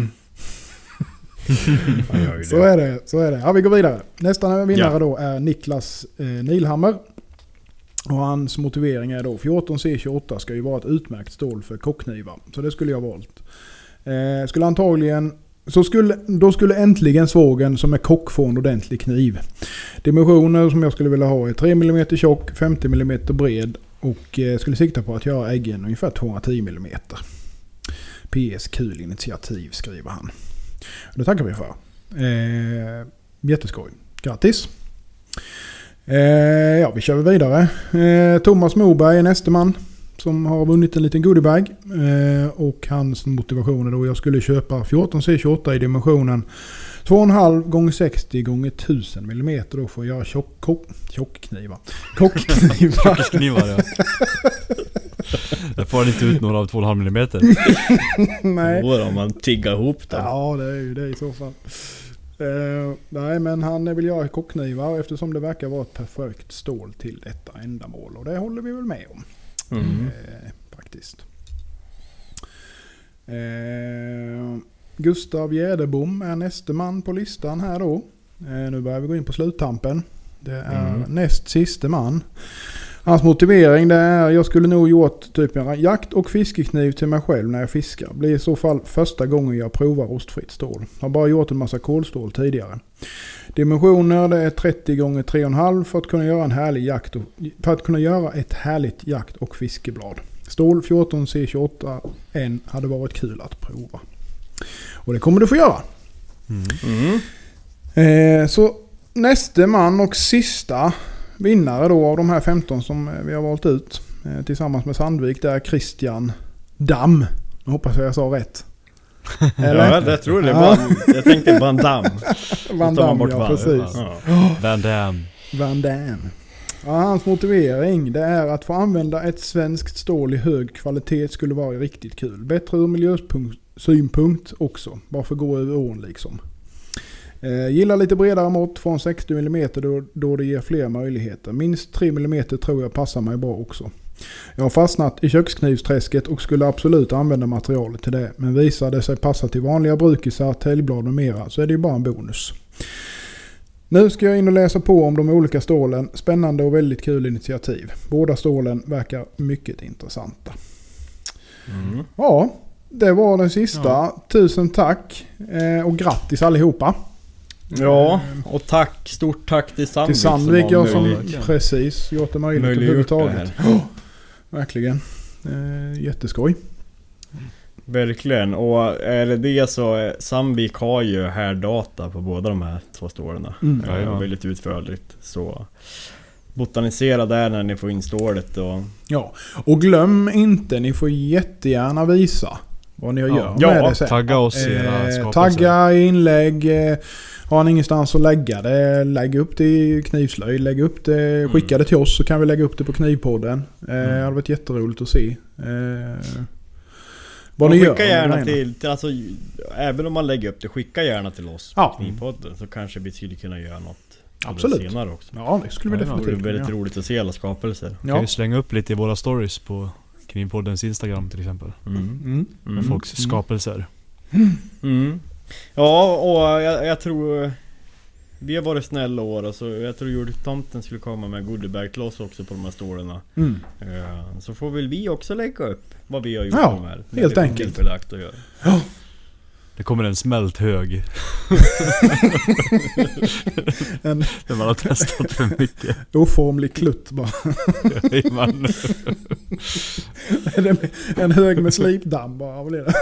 Han gör ju Så det. är det, så är det. Ja, vi går vidare. Nästa vinnare Ja. då är Niklas eh, Nilhammer. Och hans motivering är då fjorton C tjugoåtta ska ju vara ett utmärkt stål för kockknivar. Så det skulle jag ha valt. Eh, skulle antagligen... Så skulle, då skulle äntligen sågen som är kock få en ordentlig kniv. Dimensioner som jag skulle vilja ha är tre millimeter tjock, femtio millimeter bred och eh, skulle sikta på att göra äggen ungefär tvåhundratio millimeter. P S kul initiativ, skriver han. Det tackar vi för. Eh, jätteskoj. Grattis! Eh, ja, vi kör vidare. Eh, Thomas Moberg är nästa man som har vunnit en liten goodiebag. Eh, och hans motivation är då jag skulle köpa fjorton C tjugoåtta i dimensionen två komma fem gånger sextio gånger tusen millimeter då för att göra tjock, kock, tjockknivar. Kockknivar. Knivar, ja. Jag får inte ut några av två komma fem millimeter. Nej. Då om man tiggar ihop det. Ja, det är ju det i så fall. Uh, nej, men han vill göra kockknivar eftersom det verkar vara ett perfekt stål till detta ändamål. Och det håller vi väl med om. Mm. Uh, faktiskt. Uh, Gustav Gärdebom är nästa man på listan här då. Uh, nu börjar vi gå in på sluttampen. Det är Mm. näst sista man. Hans motivering det är jag skulle nog gjort typ en jakt- och fiskekniv till mig själv när jag fiskar. Blir i så fall första gången jag provar rostfritt stål. Har bara gjort en massa kolstål tidigare. Dimensioner det är trettio gånger tre komma fem för att kunna göra en härlig jakt och, för att kunna göra ett härligt jakt- och fiskeblad. Stål fjorton C tjugoåtta N hade varit kul att prova. Och det kommer du få göra. Mm. Eh, så nästa man och sista vinnare då av de här femton som vi har valt ut eh, tillsammans med Sandvik, det är Christian Damm. Jag hoppas jag sa rätt. Eller? Ja, det tror jag. Ja. Jag tänkte Van Damme. Van Damme, ja, precis. Ja. Van Damme. Van Damme. Ja, hans motivering det är att få använda ett svenskt stål i hög kvalitet skulle vara riktigt kul. Bättre ur miljösynpunkt också. Bara för att gå över ån liksom. Eh, gillar lite bredare mått från sextio millimeter då, då det ger fler möjligheter. Minst tre millimeter tror jag passar mig bra också. Jag har fastnat i köksknivsträsket och skulle absolut använda materialet till det. Men visar det sig passa till vanliga brukisar, täljblad med mera så är det ju bara en bonus. Nu ska jag in och läsa på om de olika stålen. Spännande och väldigt kul initiativ. Båda stålen verkar mycket intressanta. Mm. Ja, det var den sista. Ja. Tusen tack eh, och grattis allihopa. Ja, och tack, stort tack till Sandvik. Till Sandvik som, jag som möjligt. precis gjort det möjligt Möjliggjort överhuvudtaget. Oh, verkligen. Eh, jätteskoj. Verkligen, och är det det så Sandvik har ju här data på båda de här två stålarna. Mm. Ja, ja. Väldigt utförligt. Så botanisera där när ni får in stålet och... Ja, och glöm inte, ni får jättegärna visa vad ni gör Ja. med Ja, det sen. Tagga oss i era Eh, skapelser. tagga i inlägg. Eh, har ni ingenstans att lägga det, lägg upp det i Knivslöjd. Lägg upp det, skicka Mm. det till oss så kan vi lägga upp det på Knivpodden. Eh, Mm. Det hade varit jätteroligt att se. Eh, vad Och ni gör. skicka gärna med till, till alltså, även om man lägger upp det, skicka gärna till oss Ja. på Knivpodden, så kanske vi skulle kunna göra något Absolut. senare också. Ja, det skulle vi Ja, ja. Det vore definitivt kunna väldigt göra. roligt att se alla skapelser. Kan Ja. ju slänga upp lite i våra stories på Knivpoddens Instagram till exempel. Mm. Mm. Med Mm. folks skapelser. Mm. Ja, och jag, jag tror vi har varit snälla år och så jag tror jultomten skulle komma med goodiebag till oss också på de här stålarna. Mm. Uh, så får väl vi också lägga upp vad vi har gjort Ja, på de här. när helt det enkelt. blir lagt att göra. Ja. Det kommer en smält hög. En När man har testat för mycket. oformlig klutt bara. Man. En hög med slipdamm bara. Vad blir det?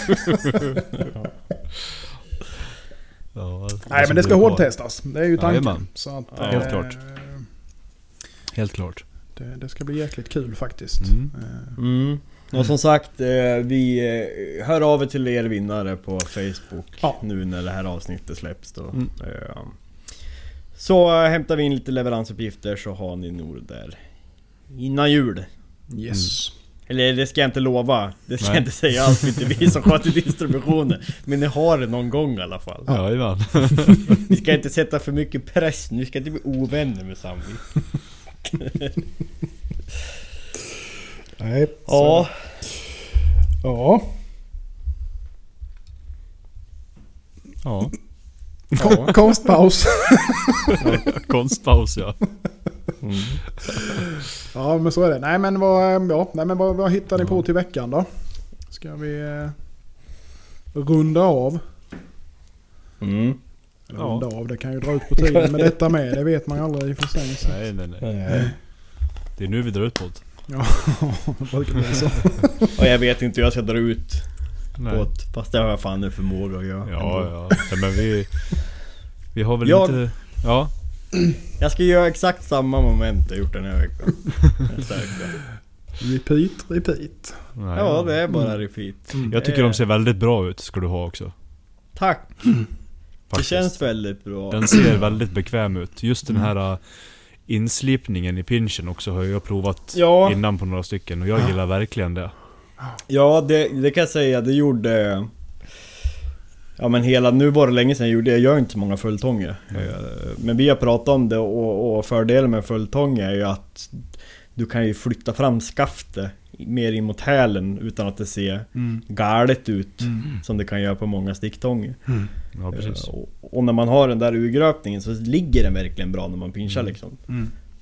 Ja, Nej, men det ska hårdtestas. Det är ju tanken. Jajamän. Så att, Ja, helt eh, klart. Helt klart. Det, det ska bli jäkligt kul faktiskt. Mm. Eh, Mm. Och som sagt, eh, vi eh, hör av er till er vinnare på Facebook Ja. nu när det här avsnittet släpps då. Mm. Eh, så eh, hämtar vi in lite leveransuppgifter så har ni nog där innan jul. Yes. Eller det ska jag inte lova, det ska Nej. jag inte säga alls, för inte vi som sköter distributionen. Men ni har det någon gång i alla fall. Ja, Ivan. Vi ska inte sätta för mycket press, nu ska inte bli ovänner med Sandvik. Nej. Ja, Ja. Ja. Ko- Konstpaus. Konstpaus, ja. mm. Ja, men så är det. Nej, men vad, ja, nej, men vad, vad hittar ni på till veckan då? Ska vi eh, runda av? Mm. Eller Ja. runda av, det kan ju dra ut på tiden med detta med. Det vet man ju aldrig i och för sig. Så. Nej, nej, nej. Nej. Det är nu vi drar ut på det. Ja, det brukar bli så. Och jag vet inte hur jag ska dra ut Nej. på det, fast det har jag fan en förmåga att göra. Ja, ja. ja. Men vi... Vi har väl Jag- inte... Ja. Jag ska göra exakt samma moment jag gjort den här veckan. Nästa vecka. Repeat, repeat. Nej, Ja, det är bara repeat. Jag tycker de ser väldigt bra ut, ska du ha också. Tack! Det Faktiskt. känns väldigt bra. Den ser väldigt bekväm ut. Just den här uh, inslipningen i pinchen också har jag provat Ja. innan på några stycken. Och jag gillar verkligen det. Ja, det, det kan jag säga, det gjorde... Ja men hela, nu var det länge sedan jag gjorde det, jag gör inte så många fulltånger. Eh, Men vi har pratat om det och, och fördelen med fulltång är ju att du kan ju flytta fram skaftet mer in mot hälen utan att det ser Mm. galet ut Mm. som det kan göra på många sticktånger. Mm. Ja, precis. Eh, och, och när man har den där urgröpningen så ligger den verkligen bra när man pinchar Mm. liksom. Mm.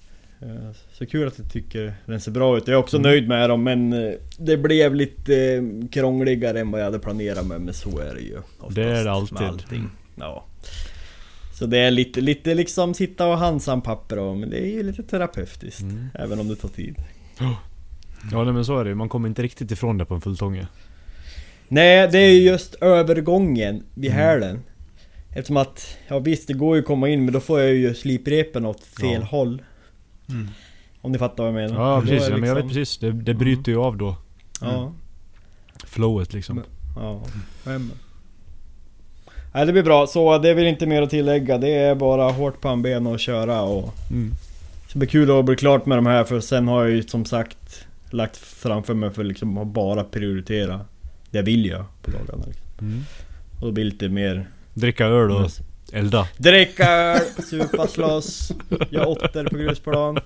Eh, Så kul att du tycker den ser bra ut. Jag är också Mm. nöjd med dem, men eh, det blev lite eh, krångligare än vad jag hade planerat med. Men så är det ju oftast Det är det med alltid. allting. Ja. Så det är lite, lite liksom sitta och hansa papper och, men det är ju lite terapeutiskt. Mm. Även om det tar tid. Ja nej, men så är det ju. Man kommer inte riktigt ifrån det på en fulltånge. Nej, det är ju just övergången vid Mm. hälen. Eftersom att, ja visst det går ju att komma in, men då får jag ju sliprepen åt fel Ja. håll. Mm. Om ni fattar vad jag menar. Ja Då precis, är ja, men jag vet liksom- precis. Det, det bryter ju av då. Ja. Flowet liksom. Ja, men. Nej det blir bra, så det är väl inte mer att tillägga. Det är bara hårt pannben och köra och Mm. det blir kul att bli klart med de här, för sen har jag ju som sagt lagt framför mig för liksom att bara prioritera det jag vill göra på dagarna liksom. Mm. Och då blir det lite mer Dricka öl och elda. dricka öl, supa, slåss, göra åttor på grusplan.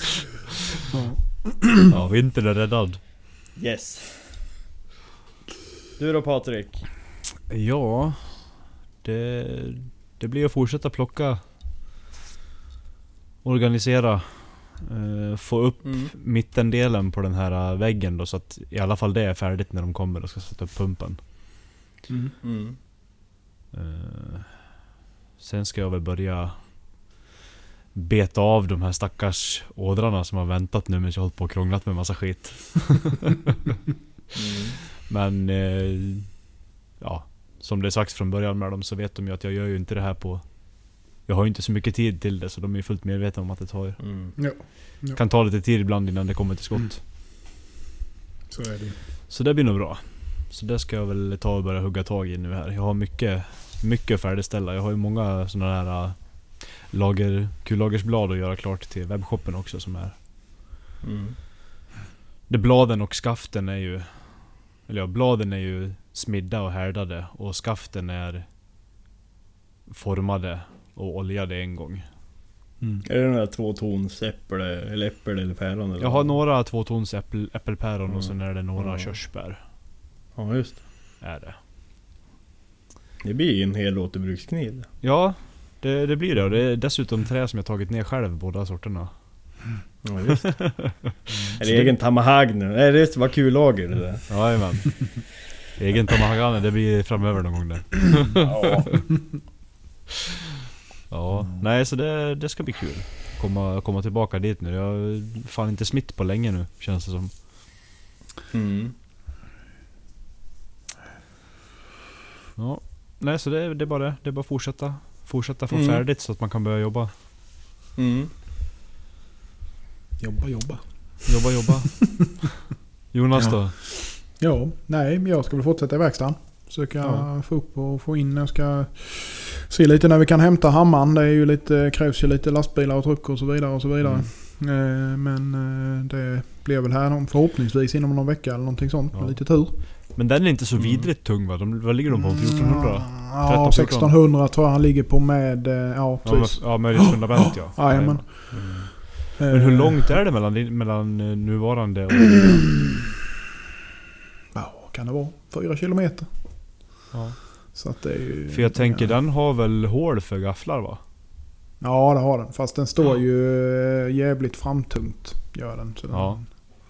Ja, vintern är räddad. Yes. Du då Patrik? Ja, det, det blir att fortsätta plocka, organisera, eh, få upp Mm. mittendelen på den här väggen då, så att i alla fall det är färdigt när de kommer och ska sätta upp pumpen. Mm. Mm. Eh, sen ska jag väl börja beta av de här stackars ådrarna som har väntat nu, men jag har hållit på och krånglat med massa skit. Mm. Men eh, ja, som det är sagt från början med dem, så vet de ju att jag gör ju inte det här på... Jag har ju inte så mycket tid till det, så de är ju fullt medvetna om att det tar, Mm. Ja, ja. kan ta lite tid ibland innan det kommer till skott. Mm. Så är det. Så det blir nog bra. Så det ska jag väl ta och börja hugga tag i nu här. Jag har mycket, mycket att färdigställa. Jag har ju många sådana här äh, lager, kullagersblad att göra klart till webbshoppen också som är... Mm. De bladen och skaften är ju... Eller ja, bladen är ju smidda och härdade, och skaften är formade och oljade en gång. Mm. Är det den där tvåtons äpple, eller äppel eller päron eller? Jag har några tvåtons äppel, äppelpäron Mm. och sen är det några Mm. körsbär. Ja just det. Är det. Det blir en hel återbrukskniv. Ja, det, det blir det. Och det är dessutom trä som jag tagit ner själv, båda sorterna. Ja just det. Är det egen tamahag nu? Nej det var kul lager det där. Jajamän. Egen tamahagane, det blir framöver någon gång där. Ja. Ja, nej så det, det ska bli kul. Komma, komma tillbaka dit nu. Jag har fan inte smitt på länge nu, känns det som. Mm. Ja, nej så det, det är bara det. Det är bara att fortsätta. Fortsätta få Mm. färdigt så att man kan börja jobba. Mm. Jobba, jobba. Jobba, jobba. Jonas Ja. då? Ja, nej, men jag ska väl fortsätta i verkstaden. Försöka Ja. få upp och få in. Jag ska se lite när vi kan hämta hammaren. Det är ju lite, krävs ju lite lastbilar och truckar och så vidare och så vidare. Mm. Eh, Men eh, det blir väl här om- förhoppningsvis inom någon vecka eller någonting sånt. Ja. Med lite tur. Men den är inte så Mm. vidrigt tung va? De, vad ligger de på? fjortonhundra? Ja, tretton, fjorton. sextonhundra tror jag han ligger på med. eh, Ja, Ja, med, precis. ja, med ett fundament ja. Jajamän. Mm. Men hur Eh, långt är det mellan, din- mellan eh, nuvarande och... Ja, kan det vara? Fyra kilometer. Ja. Så att det är ju... För jag tänker ja. den har väl hål för gafflar va? Ja, det har den. Fast den står ju eh, jävligt framtungt. Gör den. Så Ja.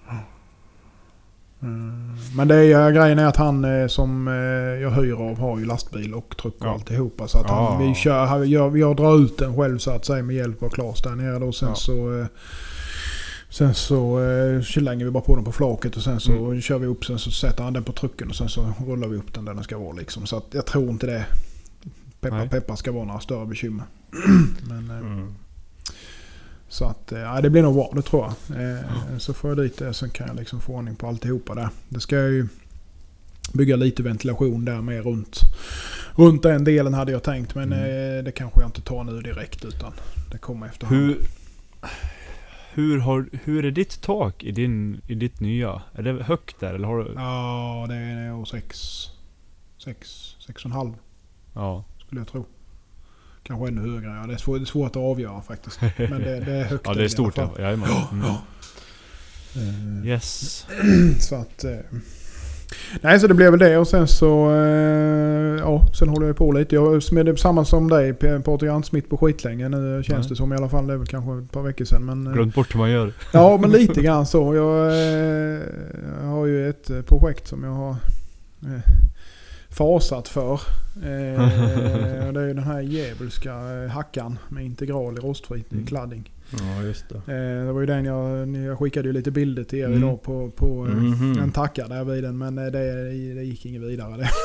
Mm. Men det är, grejen är att han eh, som eh, jag hyr av har ju lastbil och truck och Ja. alltihopa. Så att Ja. han, vi, kör, han- jag, jag drar ut den själv så att säga med hjälp av Claes där nere då. Sen Ja. så... Eh, Sen så eh, slänger vi bara på den på flaket och sen så Mm. kör vi upp. Sen så sätter han den på trucken och sen så rullar vi upp den där den ska vara liksom. Så att jag tror inte det, peppar Nej. peppar, ska vara några större bekymmer. Men, eh, Mm. så att eh, ja, det blir nog bra, det tror jag. Eh, så får jag dit det, sen kan jag liksom få ordning på alltihopa där. Det ska jag ju bygga lite ventilation där med runt. Runt den delen hade jag tänkt, men Mm. eh, det kanske jag inte tar nu direkt utan det kommer efterhand. Hur... Hur, har, hur är ditt tak i, din, i ditt nya? Är det högt där eller har du... Ja, det är nog sex, sex, sex och en halv Ja. skulle jag tro. Kanske ännu högre. Ja, det, är svårt, det är svårt att avgöra faktiskt. Men det, det är högt. Ja det i är alla stort fall. ja. Jajamän. Mm. Eh, Yes. Så att... eh, Nej, så det blev väl det och sen så eh, ja, sen håller jag på lite. Jag smed samma som dig, Patrik Ansmitt på skitlänge. Nu känns Nej. det som i alla fall, det är väl kanske ett par veckor sedan. Men, Glömt bort hur man gör. ja, men lite grann så. Jag, eh, jag har ju ett projekt som jag har eh, fasat för. Eh, det är ju den här djävulska hackan med integral i rostfri Mm. kladding. Ja, just det. Eh, det var ju den jag, jag skickade ju lite bilder till er Mm. idag på, på eh, Mhm. en tackar där vid den, men eh, det, det gick inget vidare det.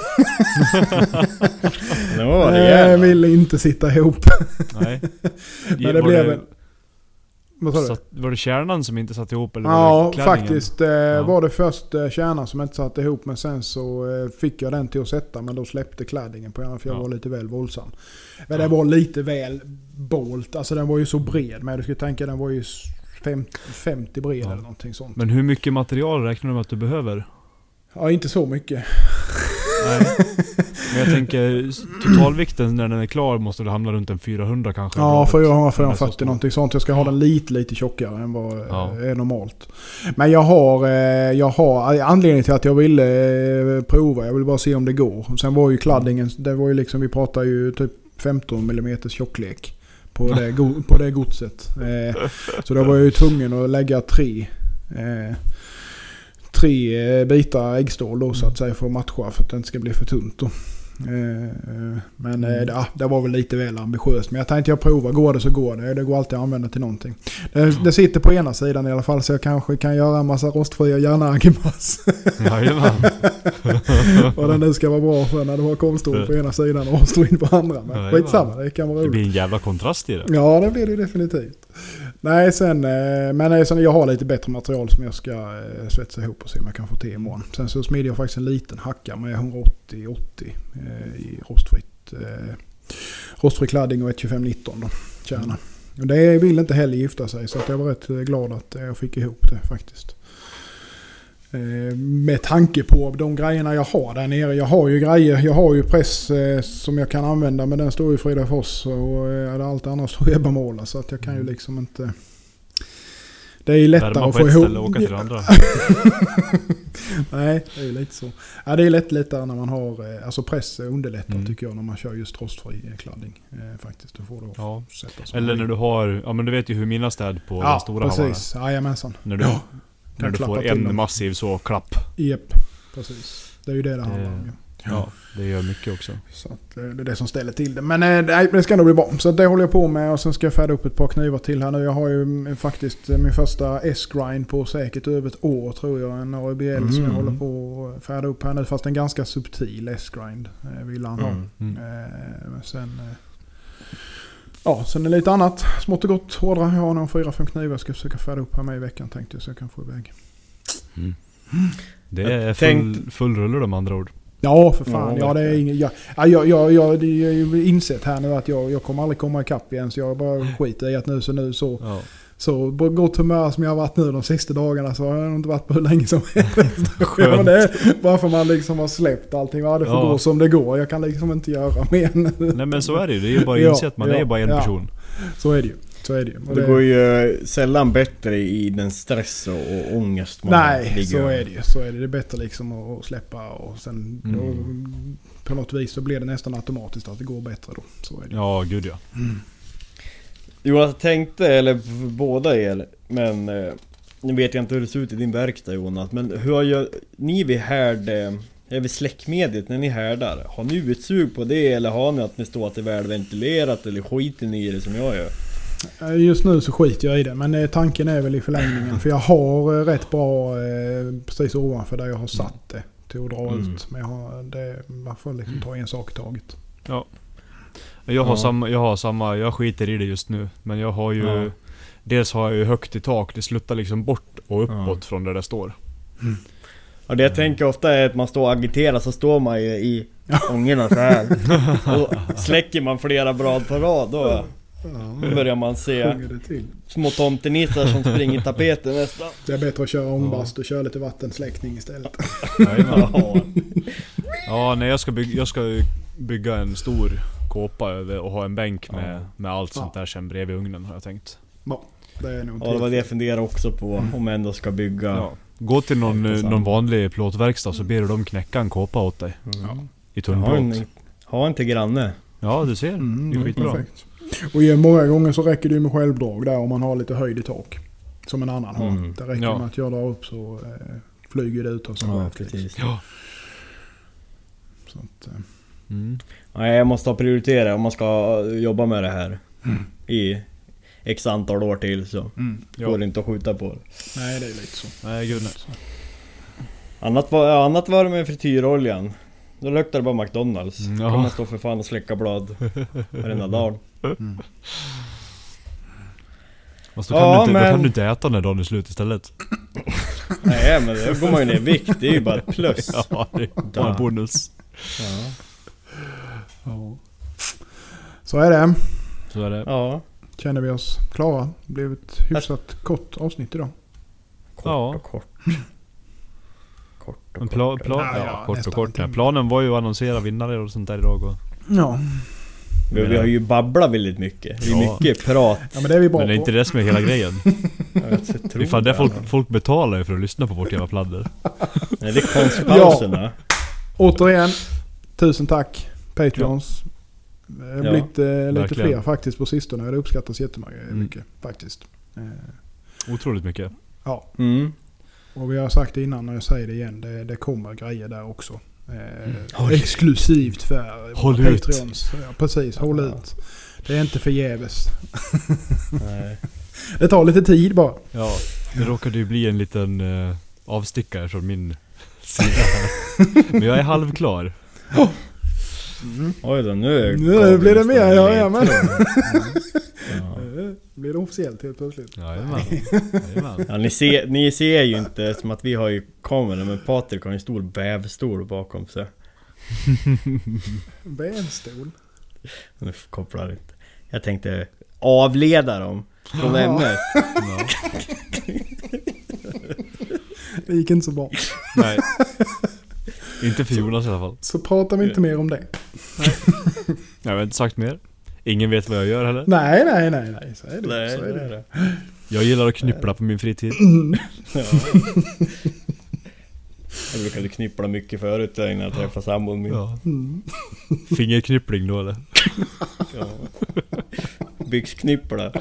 Det var det Jag jävla. ville inte sitta ihop. Nej. Men det var blev väl... Vad sa du? satt, var det kärnan som inte satt ihop eller var Ja, det kladdingen? faktiskt eh, var det först eh, kärnan som inte satt ihop, men sen så eh, fick jag den till att sätta, men då släppte kladdingen på den för jag Ja. var lite väl våldsam. Men Ja. det var lite väl bolt, alltså den var ju så bred, men du skulle tänka den var ju femtio, femtio bred Ja. eller någonting sånt. Men hur mycket material räknar du med att du behöver? Ja, inte så mycket. Nej. Men jag tänker totalvikten när den är klar måste det hamna runt en fyrahundra kanske. Ja, fyrahundra Den är fyrahundrafyrtio så stor. någonting sånt. Jag ska ha den lite lite tjockare än vad Ja. är normalt. Men jag har, eh, jag har anledningen till att jag ville eh, prova. Jag vill bara se om det går. Och sen var ju kladdingen, det var ju liksom, vi pratar ju typ femton millimeter tjocklek på det, go- på det godset. Eh, så då var jag ju tvungen att lägga tre eh, tre eh, bitar äggstål då, så att säga, för att matcha för att det inte ska bli för tunt då. Eh, Men eh, det, det var väl lite väl ambitiöst. Men jag tänkte jag prova. Går det så går det. Det går alltid att använda till någonting. Det, det sitter på ena sidan i alla fall. Så jag kanske kan göra en massa rostfria järnarkimass. Jajamän. Och den nu ska vara bra för när du har konstål på ena sidan och rostfri på andra. Men Jajamän. skitsamma, det kan vara Det roligt. blir en jävla kontrast i det. Ja, det blir det definitivt. Nej, sen, eh, men eh, sen jag har lite bättre material som jag ska eh, svetsa ihop och se om jag kan få till imorgon. Sen så smider jag faktiskt en liten hacka med hundraåttio åttio eh, i rostfritt eh, rostfri kladding och ett tjugofem nitton då, kärna. Och det vill inte heller gifta sig, så att jag var rätt eh, glad att jag fick ihop det faktiskt. Eh, med tanke på de grejerna jag har där nere. Jag har ju grejer, jag har ju press eh, som jag kan använda, men den står ju Fridafors och eh, allt annat står i Ebbamåla, så att jag kan ju liksom inte... Det är ju lättare Värma att på få ett ihop... ställe och åka till det andra. Nej, det är ju lite så. Ja, det är lätt lättare när man har... eh, Alltså press underlättar Mm. tycker jag när man kör just rostfri kladding. Eh, faktiskt, då får du Ja. sätta så. Eller när du har, ja men du vet ju hur mina städ på den Ja, stora har precis. Jajamensan. När du, Ja. när du klappa får till en dem. massiv så klapp. Japp, precis. Det är ju det det handlar om. Ja. Ja, det gör mycket också. Så att eh, det är det som ställer till det. Men eh, nej, det ska nog bli bra. Så det håller jag på med och sen ska jag färda upp ett par knivar till här nu. Jag har ju mm, faktiskt eh, min första S-grind på säkert över ett år tror jag. En A B L Mm. som jag håller på att färda upp här nu. Fast en ganska subtil S-grind eh, vill han ha. Mm. Mm. Eh, men sen... Eh, ja, sen är det lite annat. Smått och gott hårdare. Jag har nog fyra, fem knivar jag ska försöka färda upp här med i veckan tänkte jag så jag kan få iväg. Mm. Det Jag är full, tänkte- full rulle de andra ord. Ja, för fan. Ja, Ja, det är ingen, jag, ja, jag, jag, jag, det är ju insett här nu att jag, jag kommer aldrig komma ikapp igen. Så jag bara skiter i att nu så nu så, Ja. så på gott humör som jag har varit nu de sista dagarna så har jag inte varit på hur länge som helst. Skönt. Men det är bara för man liksom har släppt allting. Ja, det får Ja. gå som det går. Jag kan liksom inte göra mer. Nej men så är det ju. Det är ju bara att Ja, inse att man ja, är bara en ja. person. Så är det ju. Så är det ju. Och Det går ju sällan bättre i den stress och, och ångest man Nej, ligger så över. är det ju. Så är det. Det är bättre liksom att släppa och sen Mm. då, på något vis så blir det nästan automatiskt att det går bättre då. Så är det. Ja, gud ja. Jo, jag tänkte, eller för båda er, men eh, nu vet jag inte hur det ser ut i din verkstad Jonas, men hur gör ni vid härd, eh, vid släckmediet när ni härdar? Har ni utsug på det eller har ni att ni står att det är välventilerat eller skiter ni i det som jag gör? Just nu så skiter jag i det, men eh, tanken är väl i förlängningen. För jag har eh, rätt bra eh, precis ovanför där jag har satt det till att dra Mm. ut. Men jag har, det, man får liksom ta en sak i taget. Ja. Jag har, Ja. samma, jag har samma, jag skiter i det just nu. Men jag har ju, Ja. dels har jag ju högt i tak. Det sluttar liksom bort och uppåt Ja. från där det står. Ja, det jag tänker ofta är att man står och agiterar så står man ju i ångorna så här. Och släcker man flera brad på rad då Ja, börjar man se sjunger det till. små tomtenissar som springer i tapeten nästan. Det är bättre att köra ångbast och köra lite vattensläckning istället. Jajamän. Ja. Ja, nej jag ska, bygga, jag ska bygga en stor kåpa över och ha en bänk med, Ja. med allt sånt Ja. där sen bredvid ugnen har jag tänkt. Det är nog Ja, det var det jag funderade också på, om jag ändå ska bygga Ja. Gå till någon, Helt någon vanlig plåtverkstad så ber du dem knäcka en kåpa åt dig. Mm. I Ha tunnplåt. en, ha en till granne. Ja, du ser. Mm, det är skitbra. perfekt. Och ja, många gånger så räcker det ju med självdrag där om man har lite höjd i tak. Som en annan har. Mm. Det räcker Ja. med att jag drar upp så eh, flyger det ut av sig Ja, självt. liksom. precis. Ja. Så att, eh, Mm. Nej, jag måste ha prioritera om man ska jobba med det här Mm. i x antal år till så mm. Ja. går det inte att skjuta på det. Nej, det är lite så. Nej, gud nej. Annat var, ja, annat var det med frityroljan. Då luktar det bara McDonalds. Mm, Då ja. kan man stå för fan och släcka blad varenda dag. Mm. Fast då kan, Ja, du inte, men- då kan du inte äta när dagen är slut istället. Nej men då går man ju ner i vikt, det är ju bara ett plus. Ja, det är bara Ja. en bonus. Ja. Ja. Så är det. Så är det. Ja. Känner vi oss klara. Det blev ett hyfsat kort avsnitt idag. Kort Ja. och kort. Kort och Men kort. pla, plan, Ja, ja, ja, kort och nästan kort. en timme. Ja. Planen var ju att annonsera vinnare och sånt där idag. Och, Ja. Vi, vi har ju babblat väldigt mycket. Det är Ja. mycket prat. Ja, men det är vi bra men det är på. inte det som är hela grejen. Jag vet, jag Det tror är fan det folk, alltså. folk betalar ju för att lyssna på vårt jävla pladder. Nej, det är konstpauserna. Återigen, tusen tack Patreons. Det har Ja, blivit eh, lite verkligen. fler faktiskt på sistone. Det uppskattas jättemycket Mm. mycket, faktiskt. Eh, Otroligt mycket. ja, Mm. och vi har sagt det innan och jag säger det igen. Det, det kommer grejer där också. Eh, Håll- exklusivt för Håll våra ut. Patreons. Ja, precis, håll Ja. ut. Det är inte förgäves. Nej. Det tar lite tid bara. Ja, det råkade ju bli en liten uh, avstickare från min sida här. Men jag är halvklar. Mm. Oj då, nu Nu blir det mer, ja, ja, men. Ja. Eh, blir det officiellt helt plötsligt. Jajamän. Jajamän. Ja, ni, ser, ni ser ju inte som att vi har ju kameran, men Patrik har en stor bävstol bakom sig. Bänstol. Nu kopplar inte. Jag tänkte avleda dem från Ja. ämnet. Ja. Det gick inte så bra. Nej. Inte för Jonas i alla fall. Så pratar vi inte mer om det. Jag har inte sagt mer. Ingen vet vad jag gör heller. Nej, nej, nej, nej. Så är det. Nej, så är det det. är det. Jag gillar att knyppla på min fritid. Ja. Jag brukade knippla mycket förut innan jag träffade sambon min. Ja. Mm. Fingerknyppling då eller? Ja. Byxknippla.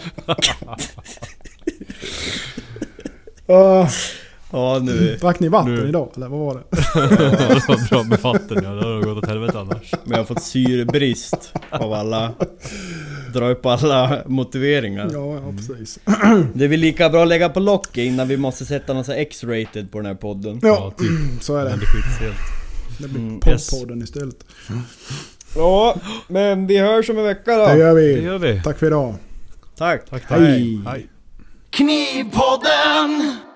Uh, Ja nu. drack ni vatten Nu. idag? Eller vad var det? Det var bra med vatten, ja. Det hade gått åt helvete annars. Men jag har fått syrebrist av alla. Dra upp alla motiveringar. Ja, ja precis. Det är väl lika bra att lägga på locket innan vi måste sätta någon så här X-rated på den här podden. Ja, typ. så är Men det. det skits helt. Det blir Mm, poddpodden istället. Ja, men vi hörs om en vecka då. Det gör vi. Det gör vi. Tack för idag. Tack. Tack, tack. Hej. Hej. Knivpodden!